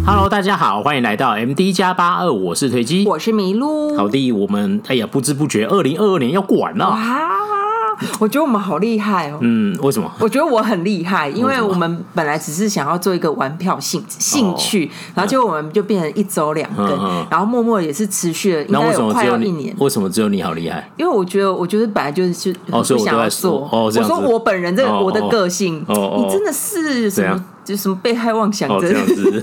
Hello， 大家好，欢迎来到 MD+82，我是推机， 我是麋鹿。 好的，我们不知不觉2022年要过完了。 哇，我觉得我们好厉害哦。 为什么？ 我觉得我很厉害，因为我们本来只是想要做一个玩票兴趣，然后结果我们就变成1周2更，然后默默也是持续了，应该有快要1年。 为什么只有你好厉害？ 因为我觉得本来就是不想要做。我说我本人我的个性，你真的是什么？就什么被害妄想症， 这样子。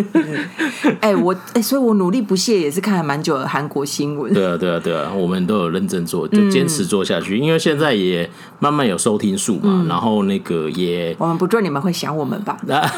所以我努力不懈，也是看了蛮久的韩国新闻。 对啊，我们都有认真做，就坚持做下去。因为现在也慢慢有收听数嘛，然后那个也， 我们不做，你们会想我们吧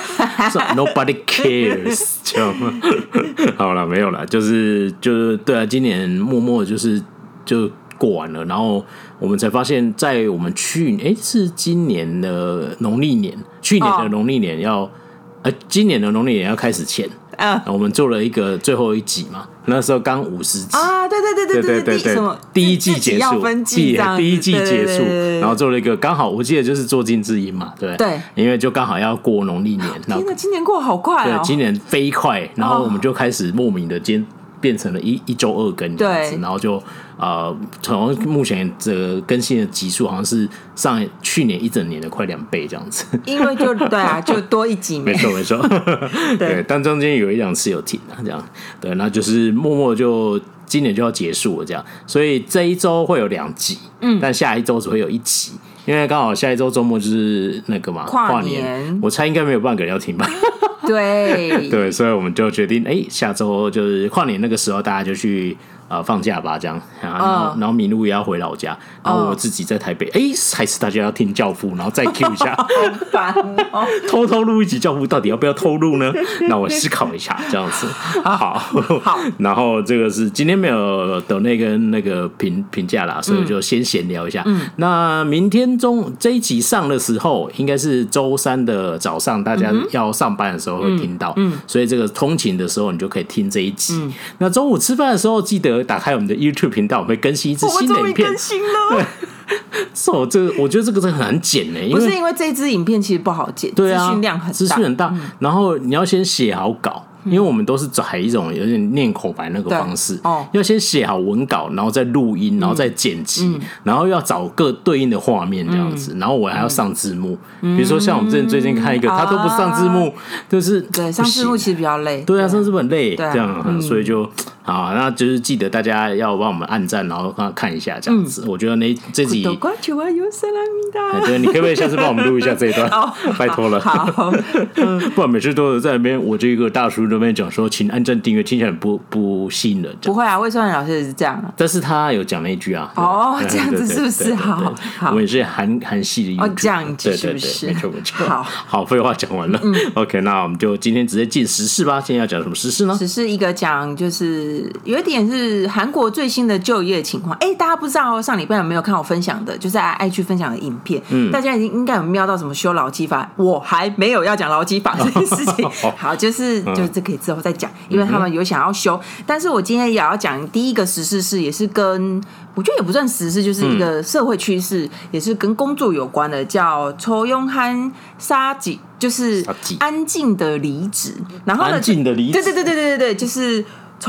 ？Nobody cares 好了，没有了，就是对啊，今年默默就过完了，然后我们才发现，在我们是今年的农历年，去年的农历年今年的农历年要开始前，我们做了一个最后一集嘛，那时候刚50集啊，对，什么第一季结束，第一季结束，然后做了一个刚好，我记得就是做金智英嘛，对，因为就刚好要过农历年， 天哪，今年过得好快哦， 对，今年飞快，然后我们就开始莫名的变成了一周2更这样子，然后就从目前这个更新的集数好像是去年1整年的快2倍这样子， 因为就多1集没错对，但中间有1-2次有停这样，对，那就是默默就今年就要结束了这样，所以这一周会有2集，但下一周只会有1集，因为刚好下一周周末就是那个嘛跨年，我猜应该没有半个人要听吧。对，所以我们就决定，下周就是跨年那个时候，大家就去放假吧，这样，然后麋鹿也要回老家，然后我自己在台北，还是大家要听教父，然后再 Q 一下， 好烦哦， 偷偷录一集教父，到底要不要偷录呢？那我思考一下，这样子，好，然后这个是今天没有抖内跟那个评价啦，所以就先闲聊一下。那明天这一集上的时候，应该是周3的早上，大家要上班的时候会听到，所以这个通勤的时候你就可以听这一集。那中午吃饭的时候，记得打开我们的 YouTube 频道，我们会更新一支新的影片。 更新了。 我觉得这个真的很难剪不是因为这支影片其实不好剪， 对啊， 资讯量很大， 资讯很大，然后你要先写好稿。因为我们都是采一种有点念口白那个方式，要先写好文稿，然后再录音，然后再剪辑，然后要找各对应的画面这样子，然后我还要上字幕。比如说像我们最近看一个，他都不上字幕，就是对上字幕其实比较累。 对啊，上字幕很累，这样，所以就好，那就是记得大家要帮我们按赞，然后看一下这样子。我觉得这集，对，你可不可以下次帮我们录一下这一段？拜托了， 好， 不然每次都是在那边我这个大叔那边讲说，请按赞订阅，听起来不吸引人。 不会啊，魏双老师也是这样啊。 但是他有讲那一句啊。 这样子是不是？好， 我们也是韩系的 YouTube， 这样子是不是？ 没错。好，废话讲完了。OK， 那我们就今天直接进时事吧。今天要讲什么时事呢？ 时事一个讲就是有一点是韩国最新的就业情况。大家不知道上礼拜有没有看我分享的，就是在 IG 分享的影片。大家应该有瞄到什么修劳基法，我还没有要讲劳基法这件事情。好，就是这可以之后再讲，因为他们有想要修。但是我今天也要讲第一个时事是，也是跟我觉得也不算时事，就是一个社会趋势，也是跟工作有关的，叫조용한 사직，就是安静的离职。然后呢， 安静的离职， 对，就是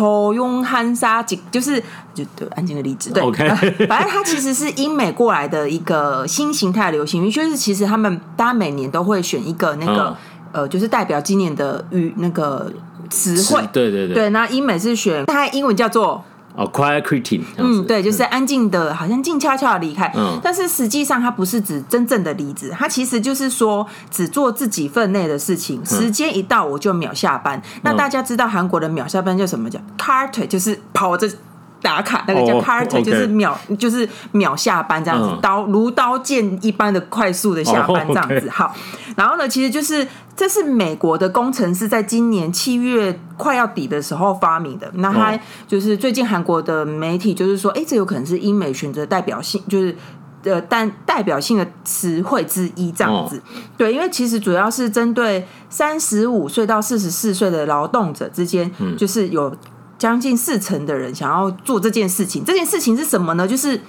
조용한 사직，就是安静的离职。对， OK， 反正它其实是英美过来的一个新形态流行语，就是其实大家每年都会选一个那个就是代表今年的那个词汇。对，那英美是选它英文叫做 quiet quitting， 对，就是安静的，好像静悄悄的离开。但是实际上它不是指真正的离职，它其实就是说只做自己分内的事情，时间一到我就秒下班。那大家知道韩国的秒下班叫什么？叫 carter， 就是跑着打卡那个叫 carter， 就是秒下班这样子，如刀剑一般的快速的下班这样子。好，然后呢，其实这是美国的工程师在今年7月快要底的时候发明的。那他就是最近韩国的媒体就是说，这有可能是英美选择代表性，就是代表性的词汇之一这样子。对，因为其实主要是针对35岁到44岁的劳动者之间，就是有将近40%的人想要做这件事情。这件事情是什么呢？就是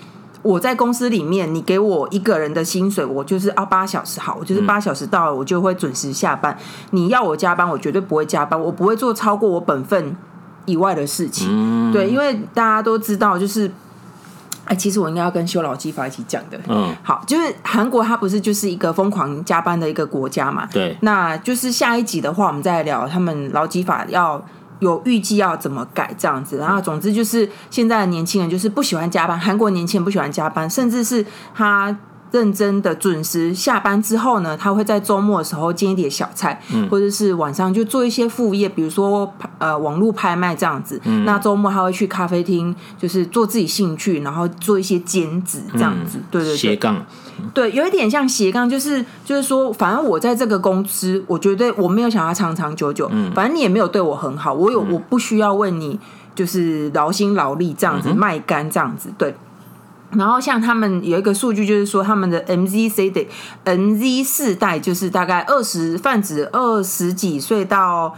我在公司里面，你给我一个人的薪水，我就是8小时好，我就是8小时到了，我就会准时下班。你要我加班，我绝对不会加班，我不会做超过我本分以外的事情。对，因为大家都知道，就是其实我应该要跟修劳基法一起讲的。好，就是韩国它不是就是一个疯狂加班的一个国家嘛？ 对， 那就是下一集的话，我们再来聊他们劳基法要有预计要怎么改这样子。然后总之就是现在的年轻人就是不喜欢加班，韩国年轻人不喜欢加班，甚至是他认真的准时下班之后呢，他会在周末的时候煎一点小菜，或者是晚上就做一些副业，比如说网络拍卖这样子。那周末他会去咖啡厅，就是做自己兴趣，然后做一些兼职这样子。对对对， 斜杠。 对，有一点像斜杠，就是说，反正我在这个公司，我觉得我没有想要长长久久，反正你也没有对我很好，我不需要为你就是劳心劳力这样子，卖干这样子，对。然后像他们有一个数据，就是说他们的 MZ 世代就是大概泛指20几岁到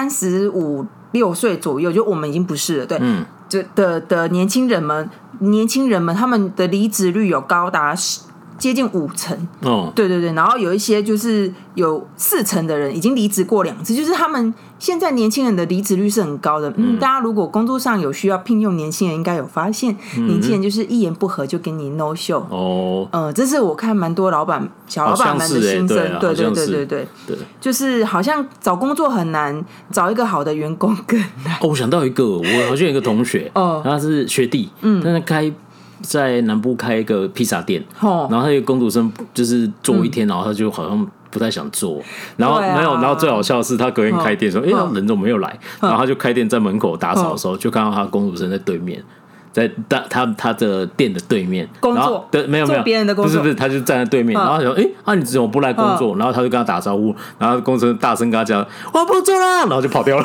35、6岁左右，就我们已经不是了，对，的年轻人们他们的离职率有高达接近50%。对对对，然后有一些就是有40%的人已经离职过2次，就是他们现在年轻人的离职率是很高的。大家如果工作上有需要聘用年轻人，应该有发现，年轻人就是一言不合就给你 no show。这是我看蛮多小老板们的心声。对对对对对，就是好像找工作很难，找一个好的员工更难。 我想到一个，我好像有一个同学，他是学弟，但是在南部开一个披萨店，然后他一个工读生就是做一天，然后他就好像不太想做，然后没有，然后最好笑的是他隔天开店说，人怎么没有来？然后他就开店在门口打扫的时候，就看到他工读生在对面，在他的店的对面工作， 对，没有别人的工作， 不是，他就站在对面，然后他说，你怎么不来工作？然后他就跟他打招呼，然后工读生大声跟他讲，我不做了，然后就跑掉了。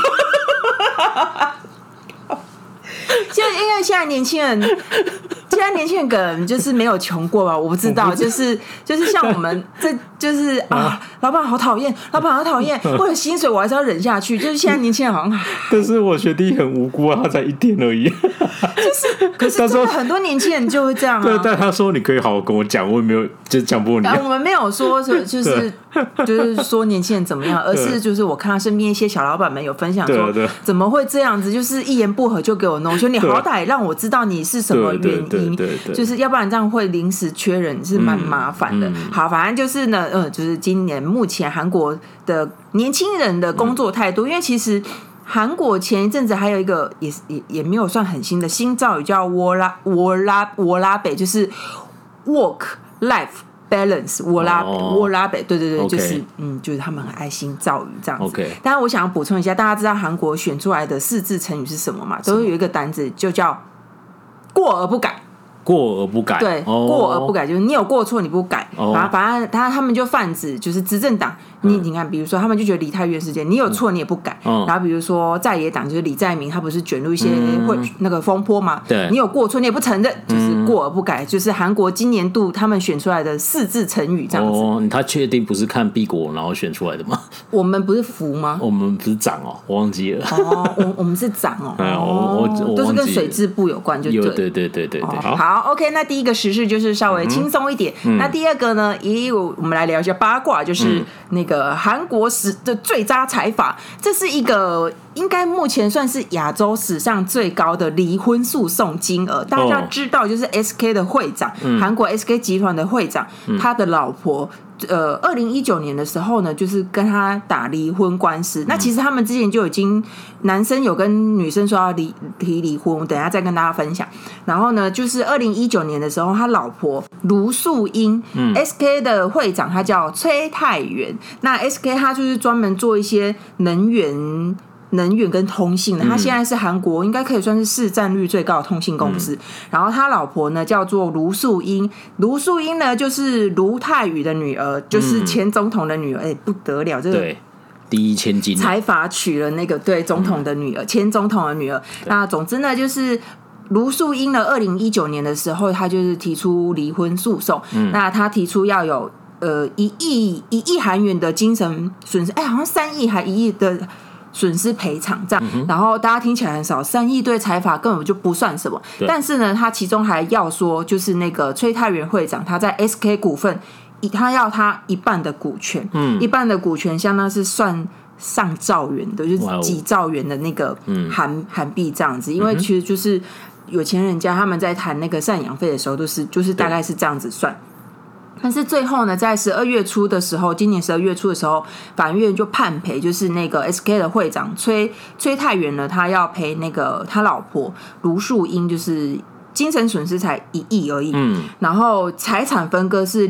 就因为现在年轻人可能就是没有穷过吧，我不知道，就是像我们这就是老板好讨厌，为了薪水我还是要忍下去。就是现在年轻人好像， 但是我学弟很无辜啊，他才1天而已。 可是真的很多年轻人就会这样啊。 对，但他说你可以好好跟我讲，我也没有就是强迫你。 我们没有说就是说年轻人怎么样，而是就是我看他身边一些小老板们有分享说，怎么会这样子？就是一言不合就给我弄，就你好歹让我知道你是什么原因，就是要不然这样会临时缺人是蛮麻烦的。好，反正就是呢，就是今年目前韩国的年轻人的工作态度，因为其实韩国前一阵子还有一个也没有算很新的新造语叫沃拉北，就是 work life balance 沃拉北，对对对，就是他们很爱新造语这样子。当然我想要补充一下，大家知道韩国选出来的4字成语是什么吗？都有一个单字就叫过而不改。 过而不改， 对，过而不改就是你有过错你不改，反正他们就泛指就是执政党，你看，比如说他们就觉得梨泰院事件，你有错你也不改，然后比如说在野党就是李在明，他不是卷入一些那个风波嘛，你有过错你也不承认，就是过而不改，就是韩国今年度他们选出来的4字成语这样子。 他确定不是看毕国然后选出来的吗？ 我们不是福吗？ 我们不是长我忘记了。 我们是长都是跟水质部有关，就对。 对。 好 ，OK， 那第一个时事就是稍微轻松一点。那第二个呢，我们来聊一下八卦，就是那个韩国史的最渣财阀，这是一个应该目前算是亚洲史上最高的离婚诉讼金额。大家知道，就是 SK 的会长，韩国 SK 集团的会长，他的老婆。2019年的时候呢，就是跟他打离婚官司。那其实他们之前就已经，男生有跟女生说要提离婚，我等一下再跟大家分享。然后呢，就是2019年的时候，他老婆卢素英，SK 的会长他叫崔泰元。那 SK 他就是专门做一些能源跟通信的，他现在是韩国应该可以算是市占率最高的通信公司。然后他老婆呢叫做卢素英，卢素英呢就是卢泰愚的女儿，就是前总统的女儿，不得了，这个对第一千金， 财阀娶了那个对总统的女儿，前总统的女儿。那总之呢，就是卢素英呢，2019年的时候，他就是提出离婚诉讼。那他提出要有1亿韩元的精神损失，好像3亿还1亿的损失赔偿这样，然后大家听起来很少，3亿对财阀根本就不算什么。但是呢，他其中还要说，就是那个崔泰元会长他在 SK 股份，他要他一半的股权，一半的股权相当是算上兆元的，就是几兆元的那个韩币这样子。因为其实就是有钱人家他们在谈那个赡养费的时候，就是大概是这样子算。但是最后呢，在12月初的时候，今年12月初的时候，法院就判赔，就是那个 SK 的会长崔泰元呢，他要赔那个他老婆卢树英，就是精神损失才1亿而已，然后财产分割是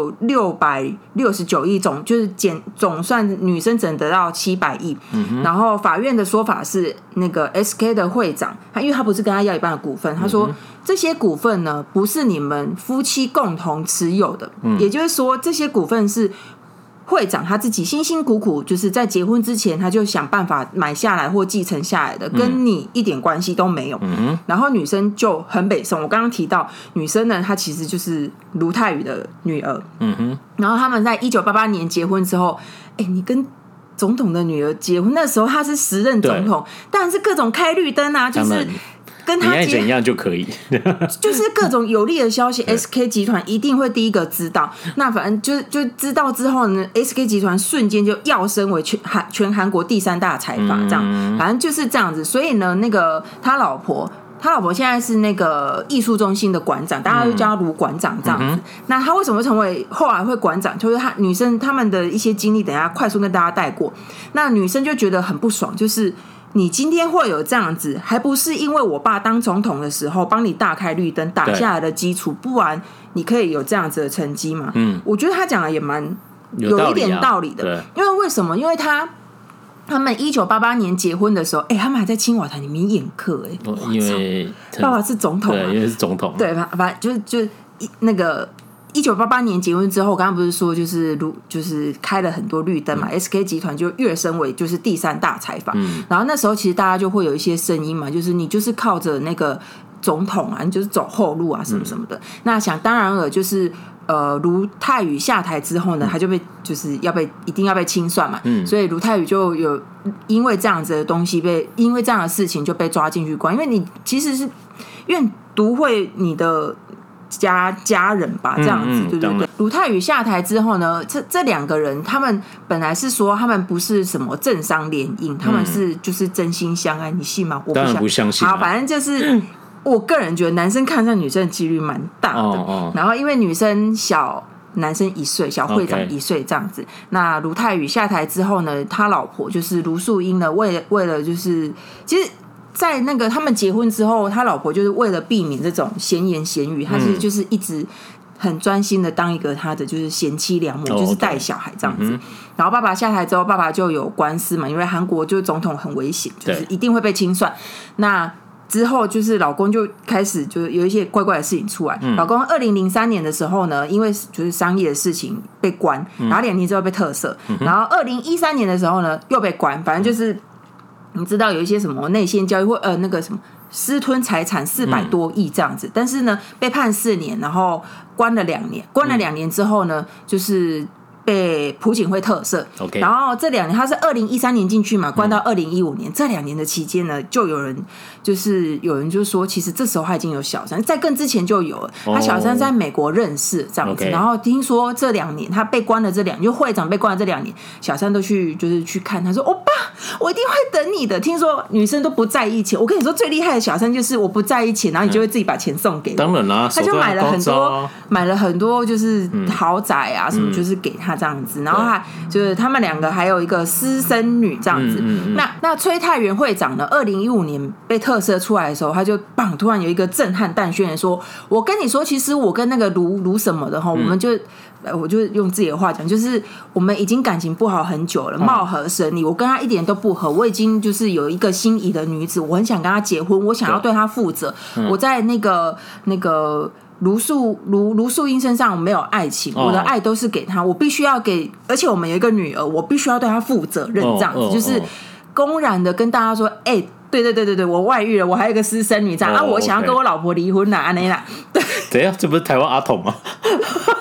669亿，就是总算女生只能得到700亿，然后法院的说法是那个 SK 的会长，因为他不是跟他要一半的股份，他说这些股份呢不是你们夫妻共同持有的，也就是说这些股份是会长他自己辛辛苦苦，就是在结婚之前他就想办法买下来或继承下来的，跟你一点关系都没有。然后女生就很北宋，我刚刚提到女生呢，她其实就是卢泰愚的女儿。然后他们在1988年结婚之后，你跟总统的女儿结婚，那时候他是10任总统，当然是各种开绿灯啊，就是跟他你爱怎样就可以， 就是各种有利的消息，SK 集团一定会第一个知道。那反正就知道之后呢，SK 集团瞬间就跃升为全韩国第3大财阀，这样，反正就是这样子。所以呢，那个他老婆现在是那个艺术中心的馆长，大家就叫他卢馆长这样子。那他为什么后来会馆长？就是女生他们的一些经历，等一下快速跟大家带过。那女生就觉得很不爽，就是你今天会有这样子，还不是因为我爸当总统的时候帮你大开绿灯打下来的基础，不然你可以有这样子的成绩嘛？我觉得他讲的也蛮有一点道理的。因为什么？因为他们1988年结婚的时候，他们还在青瓦台里面宴客， 因为爸爸是总统， 对，因为是总统， 对，反正就那个。1988年结婚之后，我刚刚不是说就是开了很多绿灯嘛，SK 集团就跃升为就是第3大财阀。然后那时候其实大家就会有一些声音嘛，就是你就是靠着那个总统啊，你就是走后路啊什么什么的。那想当然了，就是卢泰愚下台之后呢，他就就是一定要被清算嘛，所以卢泰愚就有因为这样子的东西因为这样的事情就被抓进去关，因为你其实是因为毒会你的家人吧，这样子，对不对？卢泰愚下台之后呢，这2个人，他们本来是说他们不是什么政商联姻，他们是就是真心相爱，你信吗？我当然不相信。 好，反正就是我个人觉得男生看上女生的几率蛮大的。然后因为女生小男生1岁，小会长1岁这样子。那卢泰愚下台之后呢，他老婆就是卢树英呢，为了就是其实。在那个他们结婚之后，他老婆就是为了避免这种闲言闲语，他就是一直很专心的当一个他的就是贤妻良母，就是带小孩这样子。然后爸爸下台之后，爸爸就有官司嘛，因为韩国就是总统很危险，就是一定会被清算。那之后就是老公就开始就是有一些怪怪的事情出来。老公2003年的时候呢，因为就是商业的事情被关，然后2年之后被特赦，然后2013年的时候呢又被关，反正就是。你知道有一些什么内线交易或那个什么私吞财产400多亿这样子，但是呢被判4年，然后关了2年，关了2年之后呢，就是被朴槿惠特赦。然后这2年他是2013年进去嘛，关到2015年，这2年的期间呢，就有人就说，其实这时候他已经有小三，在更之前就有了，他小三在美国认识这样子。然后听说这2年他被关了这2年，就会长被关了这2年，小三都去看他说，欧巴，我一定会等你的。听说女生都不在意钱，我跟你说最厉害的小三就是我不在意钱，然后你就会自己把钱送给我。 当然啦， 他就买了很多就是豪宅啊什么，就是给他这样子。然后就是他们2个还有一个私生女这样子。那崔泰元会长呢，2015年被特赦出来的时候，他就突然有一个震撼弹宣言说，我跟你说，其实我跟那个卢什么的我们我就用自己的话讲，就是我们已经感情不好很久了，貌合神离，我跟他一点都不合，我已经就是有一个心仪的女子，我很想跟她结婚，我想要对她负责。我在那个卢树英身上我没有爱情，我的爱都是给她，我必须要给，而且我们有一个女儿，我必须要对她负责任，这样子就是公然的跟大家说，对，我外遇了，我还有一个私生女这样我想要跟我老婆离婚啦，安内啦，对， 怎样？这不是台湾阿童吗？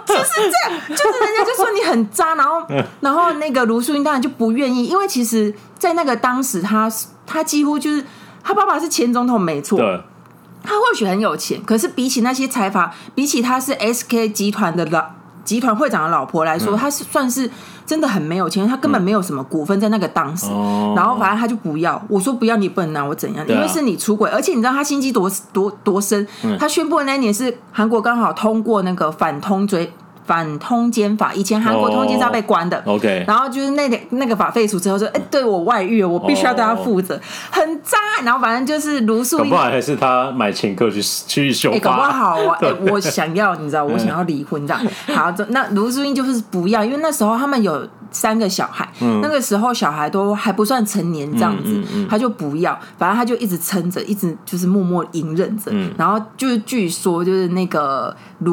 就是这样，就是人家就说你很渣，然后那个卢淑英当然就不愿意，因为其实，在那个当时他几乎就是他爸爸是前总统没错， 对， 他或许很有钱，可是比起那些财阀，比起他是 SK 集团的集团会长的老婆来说，他是算是真的很没有钱，他根本没有什么股份在那个当时，然后反正他就不要，我说不要你不能拿我怎样，因为是你出轨，而且你知道他心机多深，他宣布的那一年是韩国刚好通过那个反通奸法，以前韩国通奸是要被关的。 OK， 然后就是那个法废除之后说，对我外遇，我必须要对他负责，很渣。然后反正就是卢淑英， 搞不好还是他买前客去修法， 搞不好啊，我想要，你知道，我想要离婚这样。好，那卢淑英就是不要，因为那时候他们有3个小孩，那个时候小孩都还不算成年这样子，他就不要，反正他就一直撑着，一直就是默默隐忍着。然后就是据说就是那个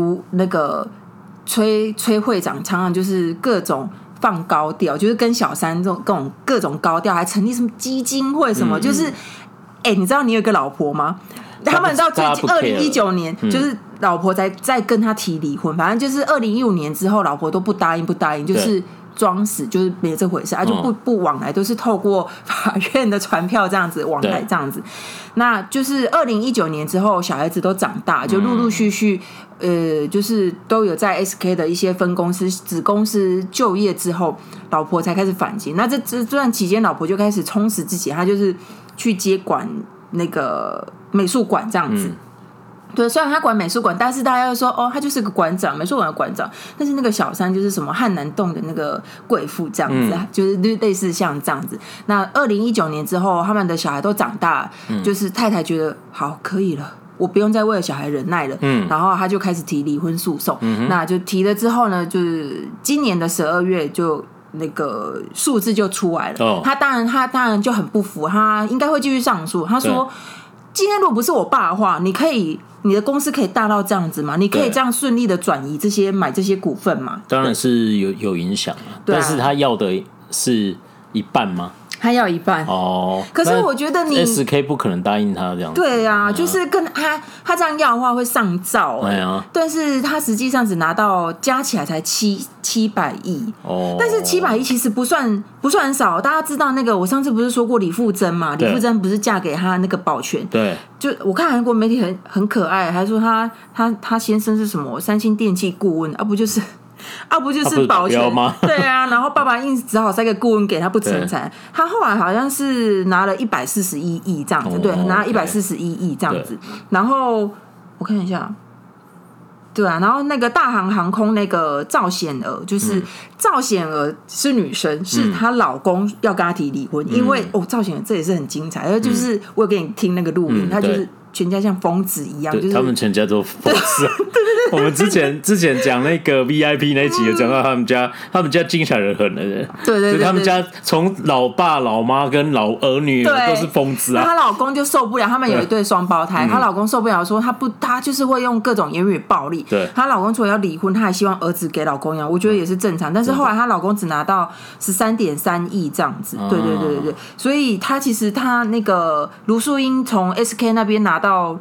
崔会长常常就是各种放高调，就是跟小三这种各种高调，还成立什么基金会什么，就是你知道你有一个老婆吗？他们到最近2019年，就是老婆在跟他提离婚，反正就是2015年之后，老婆都不答应，就是装死，就是没这回事，就不往来，都是透过法院的传票这样子往来这样子。那就是2019年之后，小孩子都长大，就陆陆续续，就是都有在 SK 的一些分公司、子公司就业之后，老婆才开始反击。那这段期间，老婆就开始充实自己，她就是去接管那个美术馆这样子。对，虽然他管美术馆，但是大家又说他就是个馆长，美术馆的馆长。但是那个小三就是什么汉南洞的那个贵妇这样子，就是类似像这样子。那2019年之后，他们的小孩都长大，就是太太觉得好可以了，我不用再为了小孩忍耐了。然后他就开始提离婚诉讼。那就提了之后呢，就是今年的12月就。那个数字就出来了。他当然就很不服，他应该会继续上诉。他说：“今天如果不是我爸的话，你的公司可以大到这样子吗？你可以这样顺利的转移买这些股份吗？” 当然是有影响但是他要的是一半吗？ 他要一半可是我觉得你 SK 不可能答应他这样子。 对啊，就是跟他这样要的话会上兆但是他实际上只拿到加起来才700亿但是700亿其实不算很少。大家知道那个我上次不是说过李富珍嘛？李富珍不是嫁给他那个保全？对，就我看韩国媒体很可爱，还说他先生是什么三星电器顾问不就是保全吗？对啊，然后爸爸硬只好塞个顾问给他不成才。他后来好像是拿了141亿这样子，对，拿了141亿这样子。然后我看一下，对啊，然后那个大航空那个赵显娥，就是赵显娥是女生，是她老公要跟她提离婚，因为赵显娥这也是很精彩，就是我有给你听那个录音，她就是全家像疯子一样，就是他们全家都疯子。我们之前讲那个 VIP 那集有讲到他们家精彩的很的人，对，他们家从老爸老妈跟老儿女都是疯子啊。 她老公就受不了，他们有一对双胞胎，她老公受不了，说她就是会用各种言语暴力。对，她老公除了要离婚，她还希望儿子给老公养，我觉得也是正常。但是后来她老公只拿到13.3亿这样子，对，所以她其实她那个卢淑英从 SK 那边拿到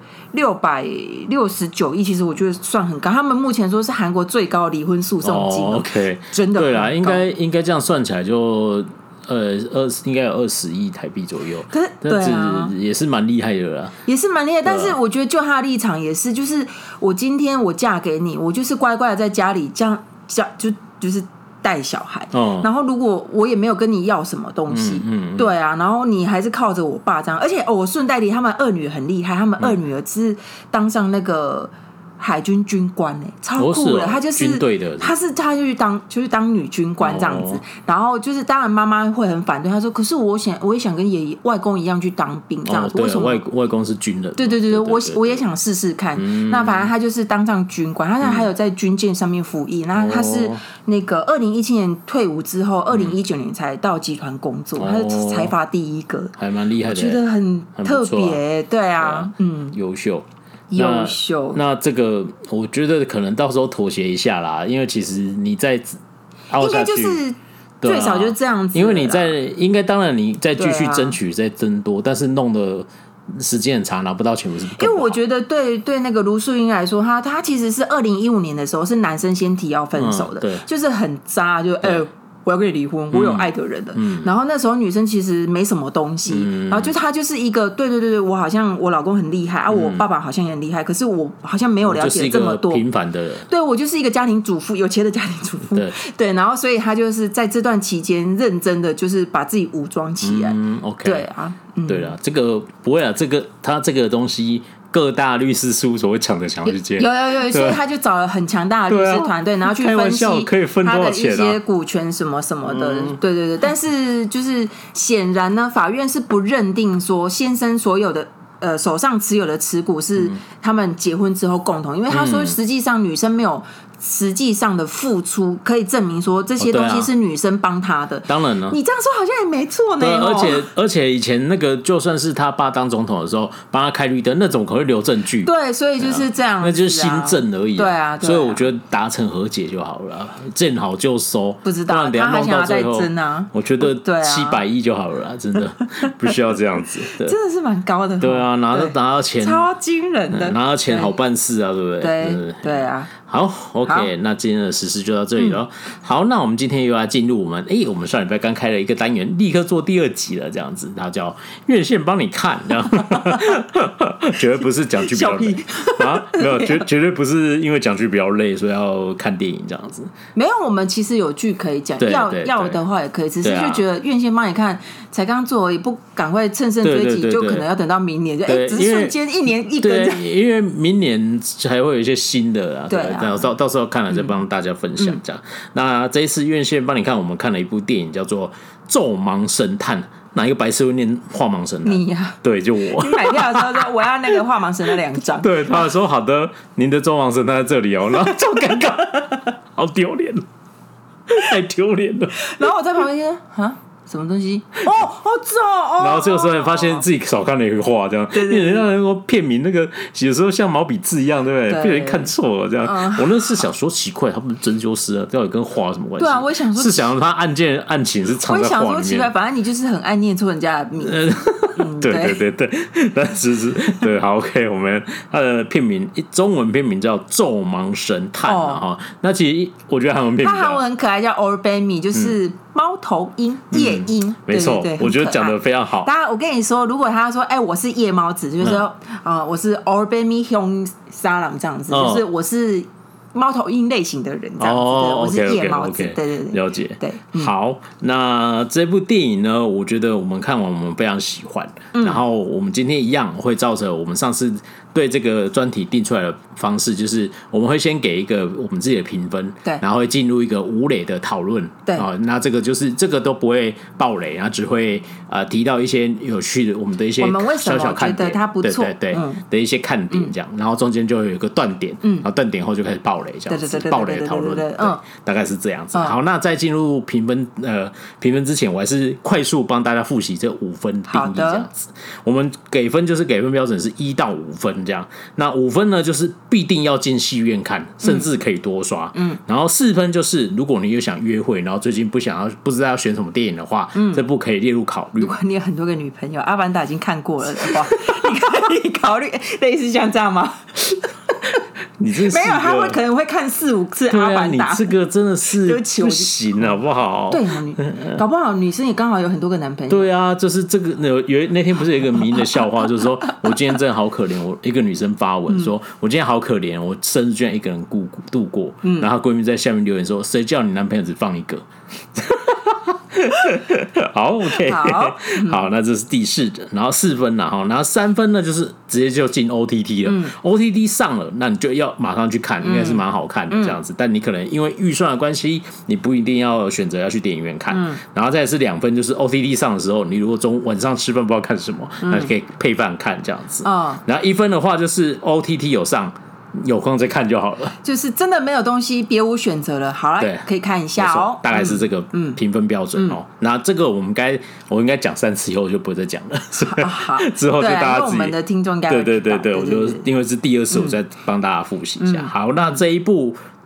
669亿，其实我觉得算很高。他们目前说是韩国最高的离婚诉讼金额 ，OK， 真的对啦，应该这样算起来就应该有20亿台币左右。可是对啊，也是蛮厉害的啦， 也是蛮厉害。但是我觉得就他的立场也是，就是我今天我嫁给你，我就是乖乖的在家里这样就是带小孩，然后如果我也没有跟你要什么东西，对啊，然后你还是靠着我爸这样，而且我顺带提他们二女很厉害，他们二女儿是当上那个海军军官超酷的，他就是军队的，他就去当女军官这样子，然后就是当然妈妈会很反对，他说可是我也想跟外公一样去当兵这样子，为什么外公是军人？ 对，我也想试试看。那反正他就是当上军官，他还有在军舰上面服役，然后他是那个2017年退伍之后，2019年才到集团工作，他是财阀第一个， 还蛮厉害的， 我觉得很特别，对啊， 优秀。 那这个我觉得可能到时候妥协一下啦，因为其实你再凹下去，应该就是最少就是这样子。 因为当然你再继续争取再增多，但是弄得时间很长拿不到钱，不是因为我觉得对那个卢素英来说，他其实是2015年的时候是男生先提要分手的， 对， 就是很渣，就我要跟你离婚，我有爱的人了。然后那时候女生其实没什么东西，然后就她就是一个对，我好像我老公很厉害啊，我爸爸好像也很厉害，可是我好像没有了解这么多。 平凡的人， 对，我就是一个家庭主妇，有钱的家庭主妇。对，然后所以她就是在这段期间认真的就是把自己武装起来。 OK， 对啊， 对了，这个不会啊，他这个东西。各大律师事务所会抢着想要去接， 有，所以他就找了很强大的律师团队，然后去分析他的一些股权什么什么的，对。但是就是显然呢，法院是不认定说先生所有的手上持有的持股是他们结婚之后共同，因为他说实际上女生没有实际上的付出可以证明说这些东西是女生帮他的。 当然了， 你这样说好像也没错呢。 对，而且以前那个就算是他爸当总统的时候帮他开绿灯，那种可能会留证据。 对，所以就是这样子， 那就是新政而已。 对啊， 所以我觉得达成和解就好了，见好就收。 不知道他还想要再争啊？ 我觉得700亿就好了啦，真的不需要这样子。 真的是蛮高的。 对啊，拿到钱超惊人的， 拿到钱好办事啊，对不对？对啊。 好 ，OK， 那今天的时事就到这里了。好，那我们今天又要进入我们上礼拜刚开了一个单元，立刻做第2集了，这样子，然后叫院线帮你看，这样绝对不是讲剧比较累啊，没有，绝对不是因为讲剧比较累，所以要看电影这样子。 没有，我们其实有剧可以讲，要的话也可以，只是就觉得院线帮你看才刚做而已，不赶快乘胜追击，就可能要等到明年，就只是瞬间1年1根， 因为明年还会有一些新的啊，对。到时候看了再帮大家分享这样。那这一次院线帮你看，我们看了一部电影叫做《咒盲神探》。哪一个白痴会念画盲神探？ 你呀， 对，就我。 你买票的时候说我要那个画盲神的2张。 对，他说好的，您的咒盲神探在这里哦，然后超尴尬，好丢脸，太丢脸了。 然后我在旁边说啊。什么东西？好早！ 然后这个时候发现自己少看了一个画，这样，因为人家能够片名那个有时候像毛笔字一样，对不对？被人看错了，这样。我那是想说奇怪，他不是针灸师啊，到底跟画有什么关系？ 对啊，我也想说， 是想他案情是藏在画里面。我也想说奇怪，反正你就是很爱念错人家的名字。 对，但是对，好 ，OK， 我们它的片名中文片名叫《咒盲神探》啊。那其实我觉得韩文片名， 它韩文很可爱，叫 Origami， 就是猫头鹰、夜鹰。 没错，我觉得讲得非常好。 当然，我跟你说，如果他说，我是夜猫子，就是说，我是 Origami Hyung Salam 这样子，就是我是。猫头鹰类型的人这样子，我是夜猫子，对， 了解。 对， 好，那这部电影呢，我觉得我们看完我们非常喜欢，然后我们今天一样会照着我们上次对这个专题定出来的方式，就是我们会先给一个我们自己的评分， 对， 然后会进入一个无雷的讨论， 对那这个就是这个都不会爆雷，然后只会提到一些有趣的我们的一些小小看点， 它不错， 对的一些看点这样，然后中间就会有一个断点，然后断点后就开始爆雷这样子，爆雷的讨论，大概是这样子。好，那在进入评分之前，我还是快速帮大家复习这5分定义这样子。我们给分就是给分标准是1到5分这样，那5分呢就是必定要进戏院看，甚至可以多刷。然后4分就是如果你又想约会，然后最近不知道要选什么电影的话，这部可以列入考虑。 如果你有很多个女朋友，阿凡达已经看过了的话，你可以考虑类似像这样吗？ 你这是没有，他可能会看4-5次阿凡达。 你这个真的是不行好不好？ 对啊，搞不好女生也刚好有很多个男朋友。 对啊，就是这个那天不是有一个迷的笑话，就是说我今天真的好可怜，我一个女生发文说，我今天好可怜，我生日居然一个人度过，然后她闺蜜在下面留言说，谁叫你男朋友只放一个？好 ，OK， 好，那这是第4的，然后4分了哈，然后3分呢，就是直接就进 OTT 了，OTT 上了，那你就要马上去看，应该是蛮好看的这样子，但你可能因为预算的关系，你不一定要选择要去电影院看，然后再是2分，就是 OTT 上的时候，你如果晚上吃饭不知道看什么，那你可以配饭看这样子，然后1分的话就是 OTT 有上。有空再看就好了， 就是真的没有东西，别无选择了。好了，可以看一下哦。 大概是这个评分标准哦。那这个我应该讲3次以后，我就不会再讲了。之后就大家自己。我们的听众应该对，我就因为是第2次，我再帮大家复习一下。好，那这一部《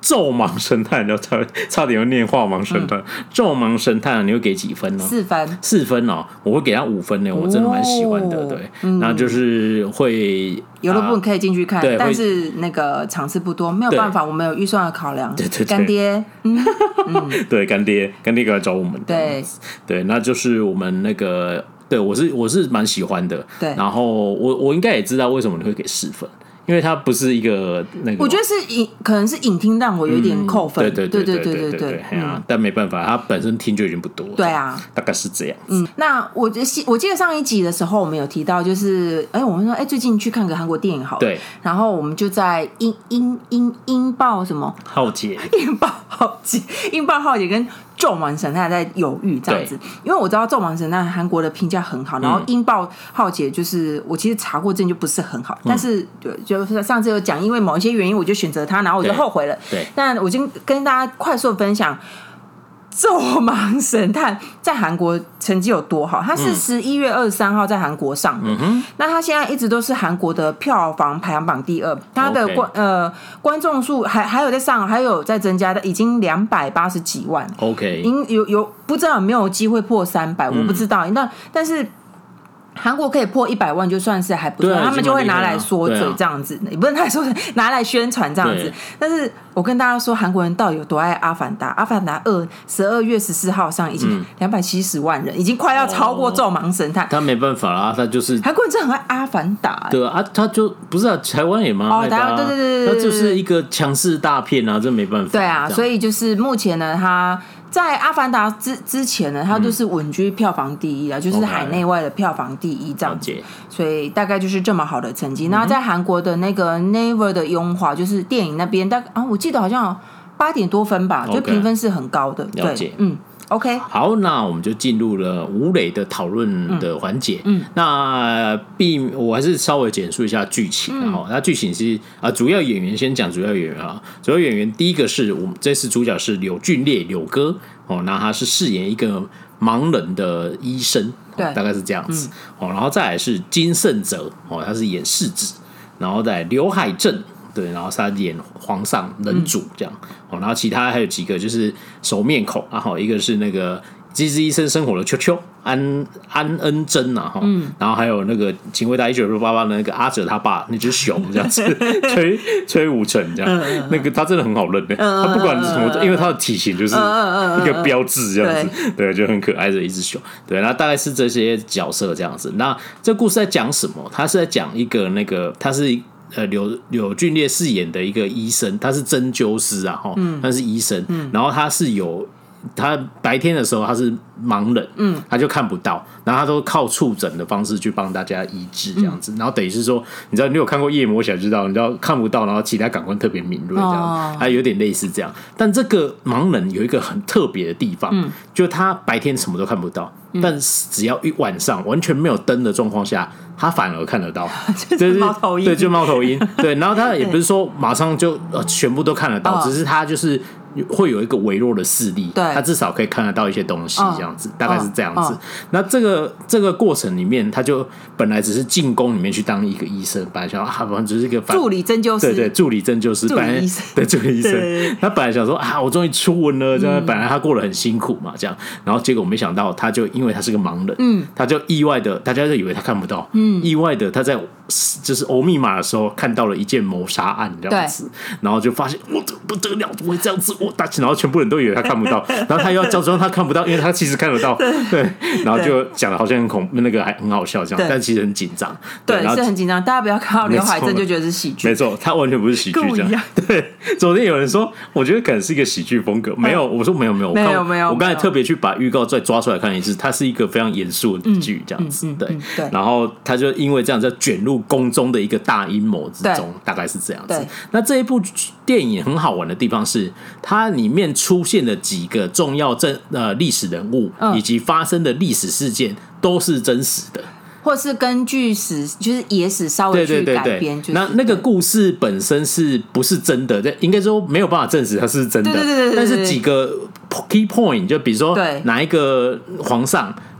咒盲神探，差点要念画盲神探。咒盲神探，你会给几分呢？4分哦，我会给他5分呢，我真的蛮喜欢的。对，那就是会有的部分可以进去看，但是那个场次不多，没有办法，我们有预算的考量。 对， 干爹， 对，干爹过来找我们。对，那就是我们那个，对我是蛮喜欢的。对，然后我应该也知道为什么你会给4分。因为它不是一个那个， 我觉得是可能是影厅让我有点扣分， 对，但没办法，它本身听就已经不多， 对啊， 大概是这样。 那我记得上一集的时候，我们有提到，就是我们说最近去看个韩国电影好了，对，然后我们就在英报什么浩劫， 英报浩劫跟咒盲神探在犹豫这样子，因为我知道咒盲神探韩国的评价很好，然后英报浩劫就是我其实查过证就不是很好，但是就是上次有讲，因为某一些原因我就选择它，然后我就后悔了。对，那我就跟大家快速的分享。咒盲神探在韩国成绩有多好？它是11月23号在韩国上的，那它现在一直都是韩国的票房排行榜第2，它的观众数还有在上，还有在增加的，已经280几万。 OK， 有不知道有没有机会破300，我不知道。但是韩国可以破100万就算是还不错，他们就会拿来说嘴这样子，也不是拿来说嘴，拿来宣传这样子。但是我跟大家说，韩国人到底有多爱《阿凡达》？《阿凡达2》12月14号上已经270万人，已经快要超过《咒盲神探》。 他没办法啦，他就是韩国人真的很爱《阿凡达》。 对啊，他就不是台湾也蛮爱的啊。对，他就是一个强势大片啊，这没办法。 对啊，所以就是目前呢，他在《阿凡达》之前呢，它就是稳居票房第一啊，就是海内外的票房第一这样子，所以大概就是这么好的成绩。那在韩国的那个 Naver 的拥华，就是电影那边，我记得好像8点多分吧，就评分是很高的。 了解， OK， 好，那我们就进入了吴磊的讨论的环节。那我还是稍微简述一下剧情。那剧情是主要演员先讲主要演员啊。主要演员第一个是我们这次主角是柳俊烈，柳哥那他是饰演一个盲人的医生，大概是这样子。然后再来是金圣哲，他是演世子，然后再来刘海镇。对，然后他演皇上人主这样，然后其他还有几个就是熟面孔，然后一个是那个《机智医生生活》的秋秋安恩珍啊，然后还有那个《请回答1988》的那个阿哲他爸那只熊这样子，崔武成这样，那个他真的很好认的，他不管什么，因为他的体型就是一个标志这样子，对，就很可爱的一只熊。对，然后大概是这些角色这样子。那这故事在讲什么？他是在讲一个那个他是。柳俊烈饰演的一个医生，他是针灸师啊，他是医生，然后他白天的时候他是盲人，他就看不到，然后他都靠触诊的方式去帮大家医治这样子，然后等于是说，你知道你有看过夜魔侠就知道，你知道看不到，然后其他感官特别敏锐这样，他有点类似这样。但这个盲人有一个很特别的地方，就他白天什么都看不到，但只要一晚上完全没有灯的状况下，他反而看得到， 就是猫头鹰， 对，就猫头鹰，对。然后他也不是说马上就全部都看得到，只是他就是会有一个微弱的视力，他至少可以看得到一些东西，这样子，大概是这样子。那这个过程里面，他就本来只是进宫里面去当一个医生，本来想说只是一个助理针灸师， 对，助理针灸师，本来对助理医生，他本来想说我终于出文了，这样本来他过得很辛苦嘛，这样，然后结果没想到，他就因为他是个盲人，他就意外的，大家就以为他看不到，意外的他在就是欧密码的时候看到了一件谋杀案这样子，然后就发现我不得了，怎么会这样子？然后全部人都以为他看不到，然后他又要假装他看不到，因为他其实看得到，对，然后就讲的好像那个还很好笑这样，但其实很紧张， 对，是很紧张。大家不要看到刘海镇就觉得是喜剧， 没错，他完全不是喜剧这样。对，昨天有人说，我觉得可能是一个喜剧风格，没有，我说没有，我刚才特别去把预告再抓出来看一次，它是一个非常严肃的剧这样子，对，然后他就因为这样就卷入宫中的一个大阴谋之中，大概是这样子。那这一部电影很好玩的地方是，它里面出现的几个重要历史人物以及发生的历史事件都是真实的， 或是根据就是野史稍微去改编。 那个故事本身是不是真的？应该说没有办法证实它是真的。但是几个 key point， 就比如说哪一个皇上，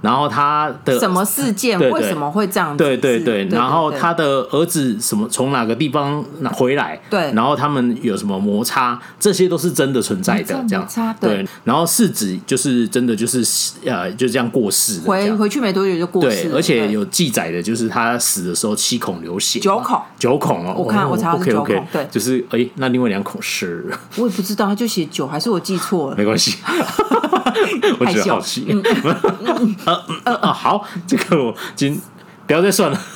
然后他的什么事件， 对为什么会这样子？ 对对对，然后他的儿子什么从哪个地方回来， 对， 然后他们有什么摩擦，这些都是真的存在的，这样对。然后世子就是真的就是就这样过世了， 回去没多久就过世了， 对，而且有记载的就是他死的时候7孔流血，9孔哦， 我查的是9孔，对， 就是那另外2孔是， 我也不知道，他就写9，还是我记错了？ 没关系，我觉得好奇。好，这个我不要再算了。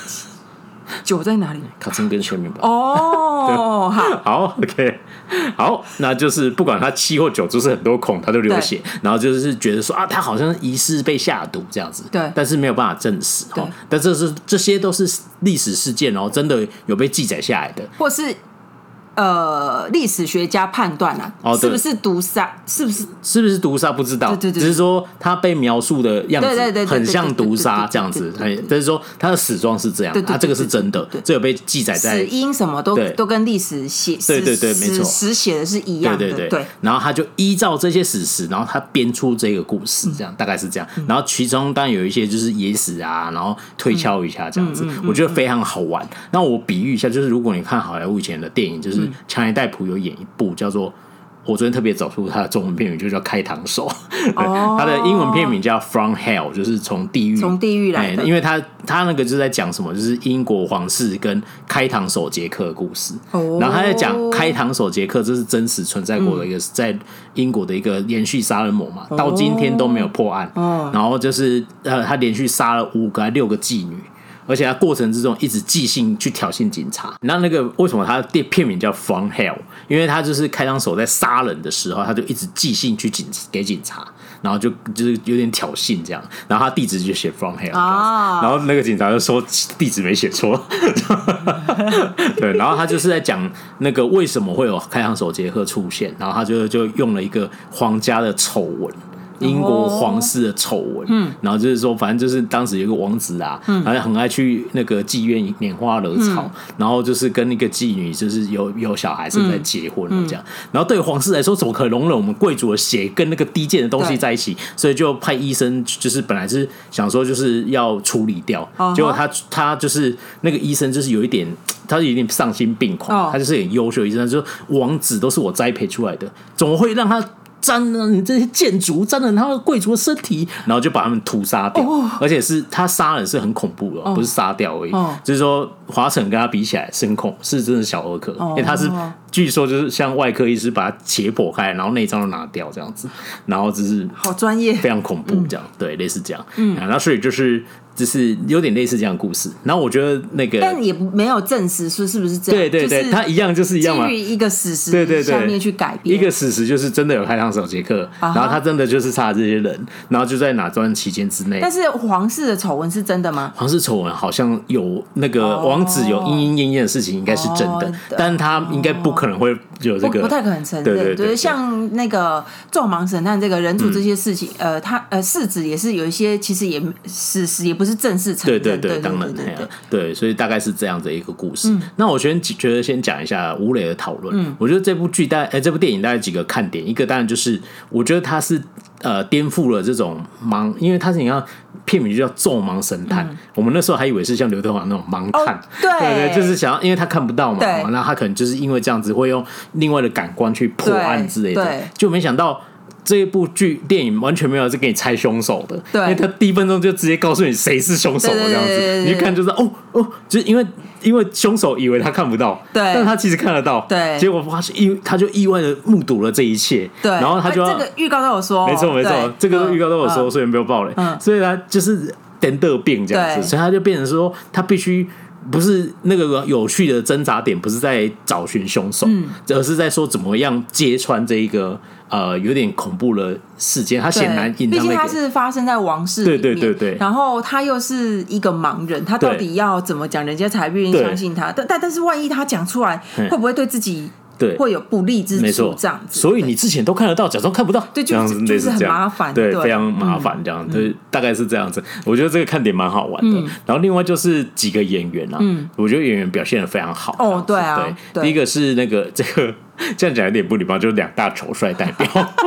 9在哪里？ 卡真跟前面吧。 哦， 好 ，OK， 好，那就是不管他7或9，就是很多孔，他都流血，然后就是觉得说他好像疑似被下毒这样子， 对， 但是没有办法证实哈。但这些都是历史事件，然后真的有被记载下来的， 或是。历史学家判断是不是毒杀？是不是毒杀？不知道， 对， 只是说他被描述的样子很像毒杀这样子。但是说他的死状是这样，这个是真的，这有被记载在死因什么都跟历史写对，没错， 史写的是一样的，对。 然后他就依照这些史实，然后他编出这个故事，这样大概是这样。然后其中当然有一些就是野史啊，然后推敲一下这样子，我觉得非常好玩。那我比喻一下，就是如果你看好莱坞以前的电影，就是强尼戴普有演一部叫做，我昨天特别找出他的中文片名，就叫《开膛手》。他的英文片名叫 From Hell， 就是从地狱来的。因为他那个就是在讲什么，就是英国皇室跟开膛手杰克的故事。然后他在讲开膛手杰克，这是真实存在过的一个在英国的一个连续杀人魔嘛，到今天都没有破案。然后就是他连续杀了5个还6个妓女。而且他过程之中一直寄信去挑衅警察。那个为什么他的片名叫 From Hell？ 因为他就是开膛手在杀人的时候，他就一直寄信去给警察，然后就是有点挑衅这样。然后他地址就写 From Hell，然后那个警察就说地址没写错。对，然后他就是在讲那个为什么会有开膛手杰克出现，然后他就用了一个皇家的丑闻。英国皇室的丑闻，然后就是说，反正就是当时有一个王子啊，然后很爱去那个妓院拈花惹草，然后就是跟那个妓女就是有小孩，甚至在结婚了这样。然后对于皇室来说，怎么可能容忍我们贵族的血跟那个低贱的东西在一起？所以就派医生，就是本来是想说就是要处理掉，结果他就是那个医生就是有一点。他有点丧心病狂，他就是很优秀的医生，他说王子都是我栽培出来的，怎么会让他沾了你这些建筑，沾了他的贵族的身体，然后就把他们屠杀掉。而且是他杀人是很恐怖的，不是杀掉而已。就是说华晨跟他比起来是真的小儿科，因为他是据说就是像外科医师把他解剖开，然后内脏都拿掉这样子，然后就是好专业， 非常恐怖这样，对，类似这样。然后所以就是有点类似这样的故事，然后我觉得那个， 但也没有证实说是不是这样， 对，它一样就是一样嘛， 基于一个史实下面去改编， 一个史实就是真的有开膛手杰克，然后他真的就是杀这些人，然后就在哪段期间之内。 但是皇室的丑闻是真的吗？ 皇室丑闻好像有那个王子有莺莺燕燕的事情，应该是真的，但他应该不可能会有这个， 不太可能承认。对，像那个纣王审判这个人主这些事情，他世子也是有一些，其实也史实也不是正式承认。 对，当然对，所以大概是这样的一个故事。那我觉得先讲一下吴磊的讨论。我觉得这部电影大概几个看点，一个当然就是我觉得它是颠覆了这种盲，因为它是你看片名就叫纣王神探，我们那时候还以为是像刘德华那种盲探，对，就是想要因为他看不到嘛，那他可能就是因为这样子会用另外的感官去破案之类的，就没想到。这一部电影完全没有是给你猜凶手的，因为他第1分钟就直接告诉你谁是凶手这样子，你一看就是就是因为凶手以为他看不到，但他其实看得到，结果发现他就意外的目睹了这一切，然后他就要这个预告都有说， 没错，这个预告都有说，所以没有爆雷，所以他就是点得病这样子，所以他就变成说他必须。不是那个有趣的挣扎点，不是在找寻凶手，而是在说怎么样揭穿这一个有点恐怖的事件。他显然隐藏，毕竟他是发生在王室里面， 对， 然后他又是一个盲人，他到底要怎么讲，人家才愿意相信他？但是万一他讲出来，会不会对自己？对，会有不利之处，这样子。 所以你之前都看得到，假装看不到， 对，就是很麻烦， 对，非常麻烦，这样，对，大概是这样子。我觉得这个看点蛮好玩的。然后另外就是几个演员啊，我觉得演员表现得非常好。 对啊， 第一个是那个这样讲有点不礼貌，就是2大丑帅代表，